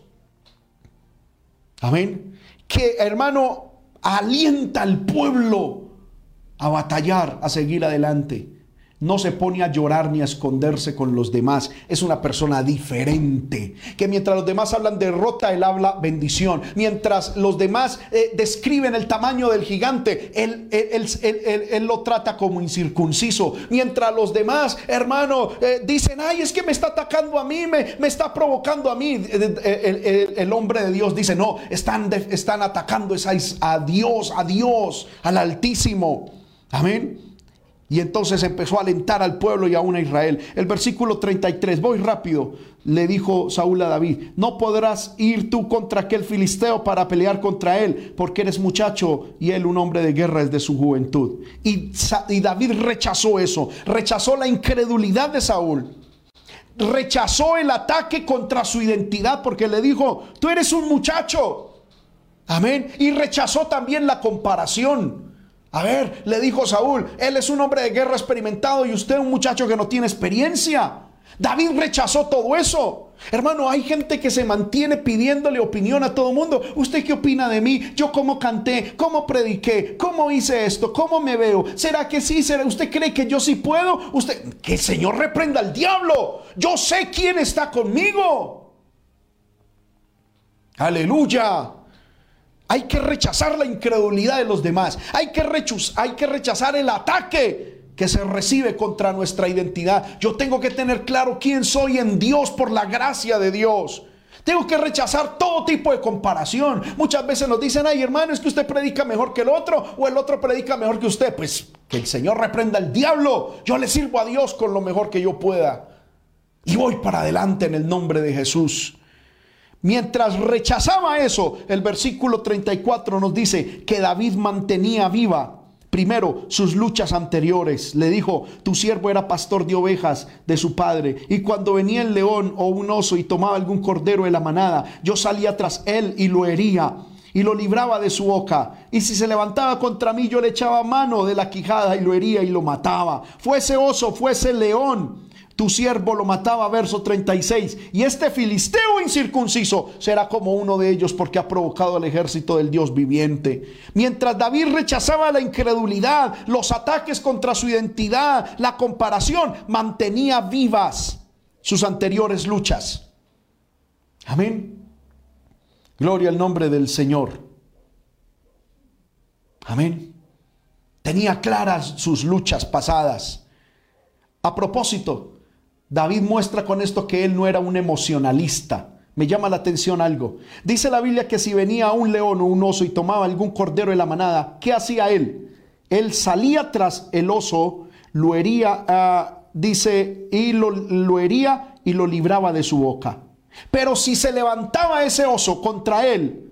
Amén. Que, hermano, alienta al pueblo a batallar, a seguir adelante. No se pone a llorar ni a esconderse con los demás. Es una persona diferente. Que mientras los demás hablan derrota, él habla bendición. Mientras los demás eh, describen el tamaño del gigante, él, él, él, él, él, él lo trata como incircunciso. Mientras los demás, hermano, eh, dicen, ay, es que me está atacando a mí, me, me está provocando a mí. El, el, el, el hombre de Dios dice, no, están, de, están atacando a Dios, a Dios, al Altísimo. Amén. Y entonces empezó a alentar al pueblo y aún a Israel. El versículo treinta y tres, voy rápido. Le dijo Saúl a David, no podrás ir tú contra aquel filisteo para pelear contra él, porque eres muchacho y él un hombre de guerra desde su juventud. Y, y David rechazó eso, rechazó la incredulidad de Saúl. Rechazó el ataque contra su identidad porque le dijo, tú eres un muchacho. Amén. Y rechazó también la comparación. A ver, le dijo Saúl, él es un hombre de guerra experimentado y usted un muchacho que no tiene experiencia. David rechazó todo eso. Hermano, hay gente que se mantiene pidiéndole opinión a todo mundo. ¿Usted qué opina de mí? ¿Yo cómo canté? ¿Cómo prediqué? ¿Cómo hice esto? ¿Cómo me veo? ¿Será que sí? ¿Será? ¿Usted cree que yo sí puedo? Usted, que el Señor reprenda al diablo. Yo sé quién está conmigo. Aleluya. Hay que rechazar la incredulidad de los demás. Hay que, rechuz, hay que rechazar el ataque que se recibe contra nuestra identidad. Yo tengo que tener claro quién soy en Dios por la gracia de Dios. Tengo que rechazar todo tipo de comparación. Muchas veces nos dicen, ay hermano, es que usted predica mejor que el otro o el otro predica mejor que usted. Pues que el Señor reprenda al diablo. Yo le sirvo a Dios con lo mejor que yo pueda. Y voy para adelante en el nombre de Jesús. Mientras rechazaba eso, el versículo treinta y cuatro nos dice que David mantenía viva, primero, sus luchas anteriores. Le dijo, tu siervo era pastor de ovejas de su padre, y cuando venía el león o un oso y tomaba algún cordero de la manada, yo salía tras él y lo hería y lo libraba de su boca. Y si se levantaba contra mí, yo le echaba mano de la quijada y lo hería y lo mataba. Fuese oso, fuese león, tu siervo lo mataba. Verso treinta y seis. Y este filisteo incircunciso será como uno de ellos, porque ha provocado al ejército del Dios viviente. Mientras David rechazaba la incredulidad, los ataques contra su identidad, la comparación, mantenía vivas sus anteriores luchas. Amén. Gloria al nombre del Señor. Amén. Tenía claras sus luchas pasadas. A propósito, David muestra con esto que él no era un emocionalista. Me llama la atención algo. Dice la Biblia que si venía un león o un oso y tomaba algún cordero de la manada, ¿qué hacía él? Él salía tras el oso, lo hería, uh, dice, y lo, lo hería y lo libraba de su boca. Pero si se levantaba ese oso contra él,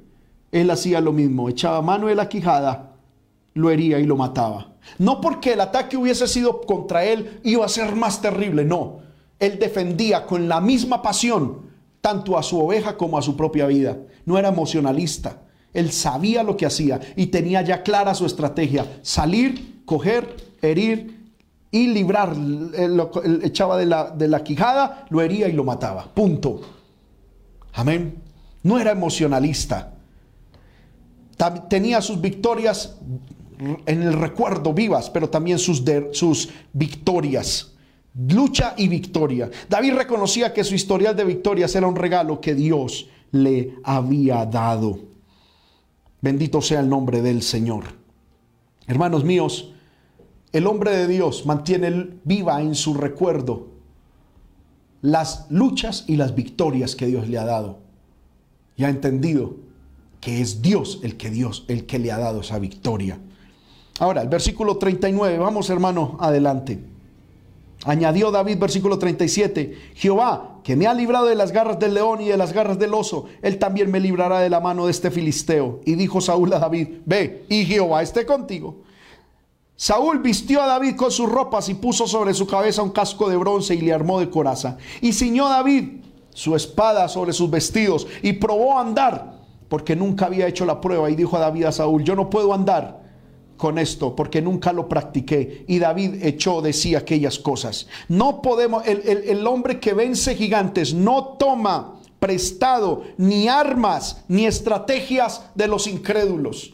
él hacía lo mismo, echaba mano de la quijada, lo hería y lo mataba. No porque el ataque hubiese sido contra él iba a ser más terrible, no. Él defendía con la misma pasión tanto a su oveja como a su propia vida. No era emocionalista. Él sabía lo que hacía y tenía ya clara su estrategia: salir, coger, herir y librar. Él, él echaba de la, de la quijada, lo hería y lo mataba. Punto. Amén. No era emocionalista. Tenía sus victorias en el recuerdo vivas, pero también sus, de, sus victorias. Lucha y victoria. David reconocía que su historial de victorias era un regalo que Dios le había dado. Bendito sea el nombre del Señor. Hermanos míos, el hombre de Dios mantiene viva en su recuerdo las luchas y las victorias que Dios le ha dado. Y ha entendido que es Dios el que Dios, el que le ha dado esa victoria. Ahora, el versículo treinta y nueve, vamos hermano, adelante. Añadió David, versículo treinta y siete, Jehová, que me ha librado de las garras del león y de las garras del oso, él también me librará de la mano de este filisteo. Y dijo Saúl a David, ve, y Jehová esté contigo. Saúl vistió a David con sus ropas y puso sobre su cabeza un casco de bronce y le armó de coraza. Y ciñó David su espada sobre sus vestidos y probó a andar, porque nunca había hecho la prueba. Y dijo a David a Saúl, yo no puedo andar con esto porque nunca lo practiqué. Y David echó de sí aquellas cosas. No podemos, el, el, el hombre que vence gigantes no toma prestado ni armas ni estrategias de los incrédulos.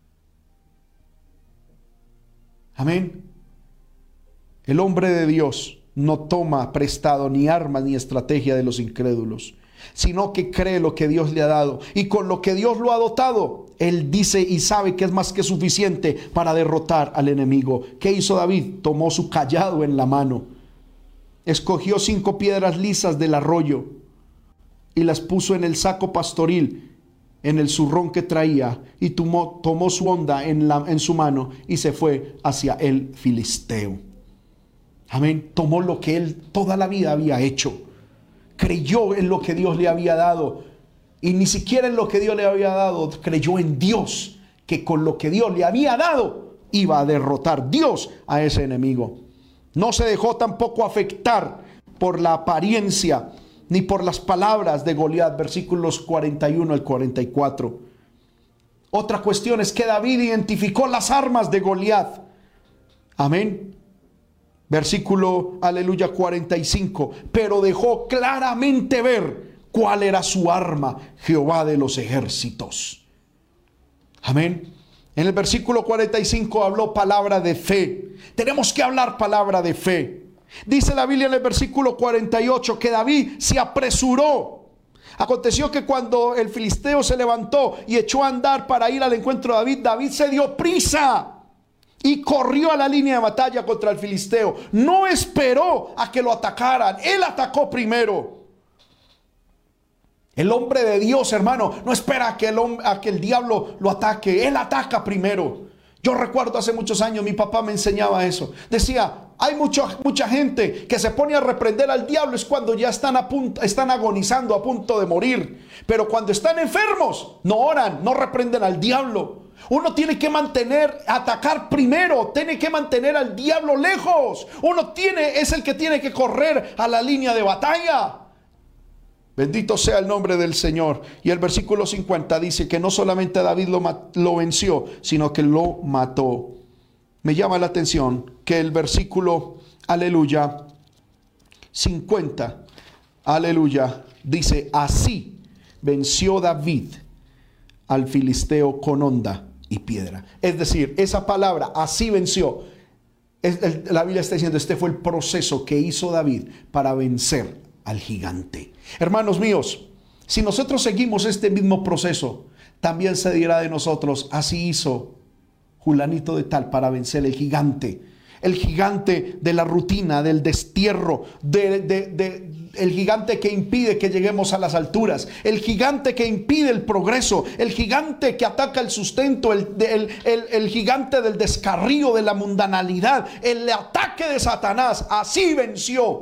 Amén. El hombre de Dios no toma prestado ni armas ni estrategia de los incrédulos, sino que cree lo que Dios le ha dado, y con lo que Dios lo ha dotado, él dice y sabe que es más que suficiente para derrotar al enemigo. ¿Qué hizo David? Tomó su cayado en la mano, escogió cinco piedras lisas del arroyo y las puso en el saco pastoril, en el zurrón que traía, y tomó, tomó su honda en, la, en su mano y se fue hacia el filisteo. Amén. Tomó lo que él toda la vida había hecho. Creyó en lo que Dios le había dado. Y ni siquiera en lo que Dios le había dado, creyó en Dios, que con lo que Dios le había dado iba a derrotar Dios a ese enemigo. No se dejó tampoco afectar por la apariencia ni por las palabras de Goliat, versículos cuarenta y uno al cuarenta y cuatro. Otra cuestión es que David identificó las armas de Goliat. Amén. Versículo, aleluya, cuarenta y cinco. Pero dejó claramente ver cuál era su arma, Jehová de los ejércitos. Amén. En el versículo cuarenta y cinco habló palabra de fe. Tenemos que hablar palabra de fe. Dice la Biblia en el versículo cuarenta y ocho que David se apresuró. Aconteció que cuando el filisteo se levantó y echó a andar para ir al encuentro de David, David se dio prisa y corrió a la línea de batalla contra el filisteo. No esperó a que lo atacaran. Él atacó primero. El hombre de Dios, hermano, no espera a que el, hombre, a que el diablo lo ataque. Él ataca primero. Yo recuerdo hace muchos años, mi papá me enseñaba eso. Decía, hay mucho, mucha gente que se pone a reprender al diablo es cuando ya están, a punto, están agonizando, a punto de morir. Pero cuando están enfermos, no oran, no reprenden al diablo. Uno tiene que mantener, atacar primero, tiene que mantener al diablo lejos. Uno tiene, es el que tiene que correr a la línea de batalla. Bendito sea el nombre del Señor. Y el versículo cincuenta dice que no solamente David lo, lo venció, sino que lo mató. Me llama la atención que el versículo, aleluya, cincuenta, aleluya, dice, así venció David al filisteo con honda y piedra. Es decir, esa palabra, así venció, es, el, la Biblia está diciendo, este fue el proceso que hizo David para vencer al gigante. Hermanos míos, si nosotros seguimos este mismo proceso, también se dirá de nosotros, así hizo Julanito de tal para vencer el gigante. El gigante de la rutina, del destierro, de, de, de, el gigante que impide que lleguemos a las alturas, el gigante que impide el progreso, el gigante que ataca el sustento, el, el, el, el gigante del descarrío, de la mundanalidad, el ataque de Satanás. Así venció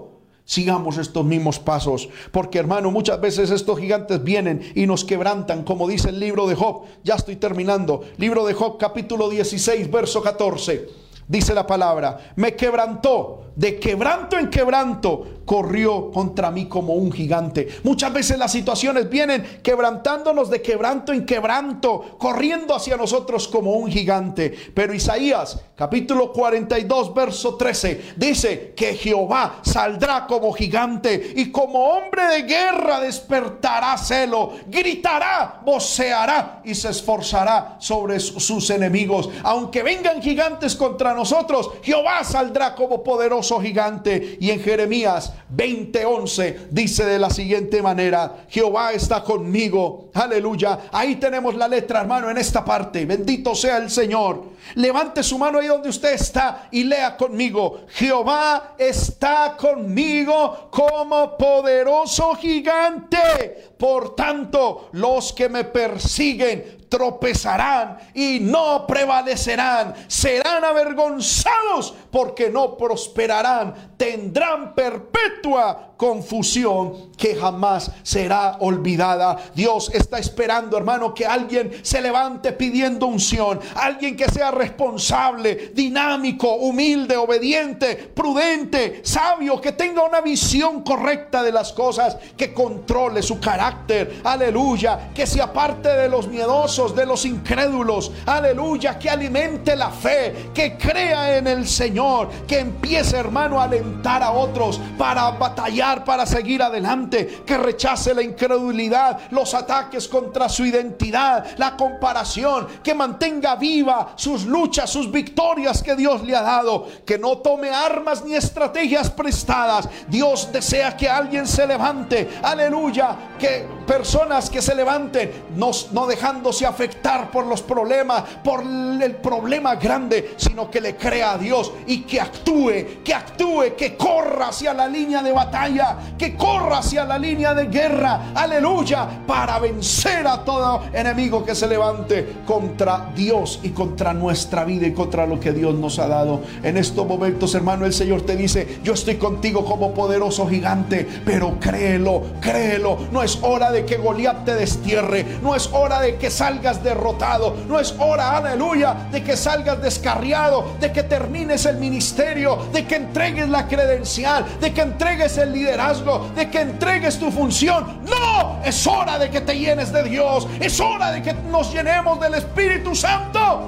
Sigamos estos mismos pasos, porque hermano, muchas veces estos gigantes vienen y nos quebrantan, como dice el libro de Job. Ya estoy terminando. Libro de Job, capítulo dieciséis, verso catorce. Dice la palabra: me quebrantó, de quebranto en quebranto, corrió contra mí como un gigante. Muchas veces las situaciones vienen quebrantándonos de quebranto en quebranto, corriendo hacia nosotros como un gigante. Pero Isaías, capítulo cuarenta y dos, verso trece, dice que Jehová saldrá como gigante y como hombre de guerra despertará celo, gritará, voceará y se esforzará sobre sus enemigos. Aunque vengan gigantes contra nosotros, Jehová saldrá como poderoso gigante. Y en Jeremías veinte once dice de la siguiente manera: Jehová está conmigo. Aleluya. Ahí tenemos la letra, hermano, en esta parte. Bendito sea el Señor. Levante su mano ahí donde usted está y lea conmigo: Jehová está conmigo como poderoso gigante. Por tanto, los que me persiguen tropezarán y no prevalecerán, serán avergonzados porque no prosperarán, tendrán perpetua confusión que jamás será olvidada. Dios está esperando, hermano, que alguien se levante pidiendo unción, alguien que sea responsable, dinámico, humilde, obediente, prudente, sabio, que tenga una visión correcta de las cosas, que controle su carácter, aleluya, que se aparte de los miedosos, de los incrédulos, aleluya, que alimente la fe, que crea en el Señor, que empiece, hermano, a alentar a otros para batallar, para seguir adelante, que rechace la incredulidad, los ataques contra su identidad, la comparación, que mantenga viva sus luchas, sus victorias que Dios le ha dado, que no tome armas ni estrategias prestadas. Dios desea que alguien se levante, aleluya, que personas que se levanten, no, no dejándose afectar por los problemas, por el problema grande, sino que le crea a Dios y que actúe, que actúe, que corra hacia la línea de batalla, que corra hacia la línea de guerra, aleluya, para vencer a todo enemigo que se levante contra Dios y contra nuestra vida y contra lo que Dios nos ha dado. En estos momentos, hermano, el Señor te dice: yo estoy contigo como poderoso gigante, pero créelo, créelo. No es hora de que Goliat te destierre, no es hora de que salgas derrotado, no es hora, aleluya, de que salgas descarriado, de que termines el ministerio, de que entregues la credencial, de que entregues el liderazgo, de que entregues tu función. No, es hora de que te llenes de Dios, es hora de que nos llenemos del Espíritu Santo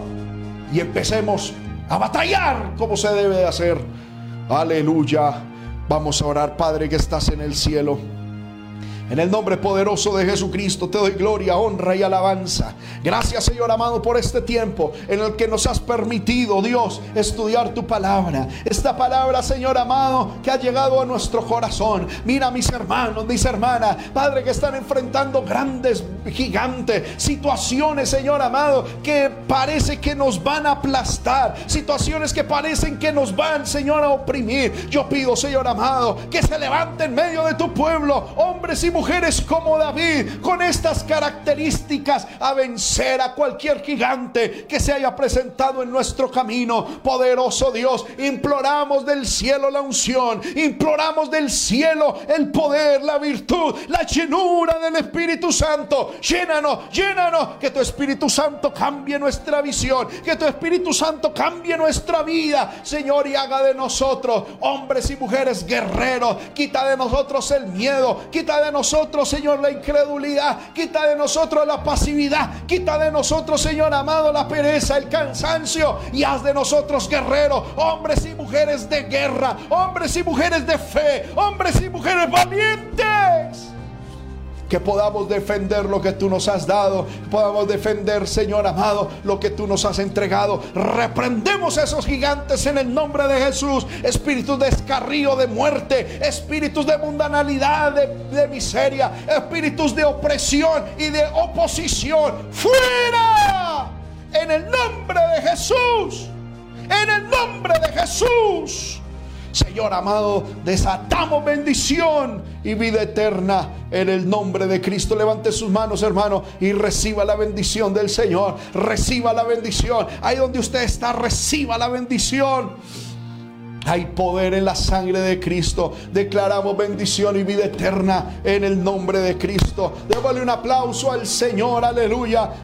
y empecemos a batallar como se debe de hacer. Aleluya. Vamos a orar. Padre que estás en el cielo, en el nombre poderoso de Jesucristo te doy gloria, honra y alabanza. Gracias, Señor amado, por este tiempo en el que nos has permitido, Dios, estudiar tu palabra. Esta palabra, Señor amado, que ha llegado a nuestro corazón. Mira mis hermanos, mis hermanas, Padre, que están enfrentando grandes gigantes, situaciones, Señor amado, que parece que nos van a aplastar, situaciones que parecen que nos van, Señor, a oprimir. Yo pido, Señor amado, que se levante en medio de tu pueblo hombres y mujeres como David, con estas características, a vencer a cualquier gigante que se haya presentado en nuestro camino. Poderoso Dios, imploramos del cielo la unción, imploramos del cielo el poder, la virtud, la llenura del Espíritu Santo. Llénanos, llénanos, que tu Espíritu Santo cambie nuestra visión, que tu Espíritu Santo cambie nuestra vida, Señor, y haga de nosotros hombres y mujeres guerreros. Quita de nosotros el miedo, quita de nosotros, Señor, la incredulidad, quita de nosotros la pasividad, quita de nosotros, Señor amado, la pereza, el cansancio, y haz de nosotros guerreros, hombres y mujeres de guerra, hombres y mujeres de fe, hombres y mujeres valientes, que podamos defender lo que tú nos has dado, que podamos defender, Señor amado, lo que tú nos has entregado. Reprendemos a esos gigantes en el nombre de Jesús. Espíritus de descarrío, de muerte, espíritus de mundanalidad, de, de miseria, espíritus de opresión y de oposición, ¡fuera! En el nombre de Jesús, en el nombre de Jesús. Señor amado, desatamos bendición y vida eterna en el nombre de Cristo. Levante sus manos, hermano, y reciba la bendición del Señor. Reciba la bendición. Ahí donde usted está, reciba la bendición. Hay poder en la sangre de Cristo. Declaramos bendición y vida eterna en el nombre de Cristo. Démosle un aplauso al Señor, aleluya.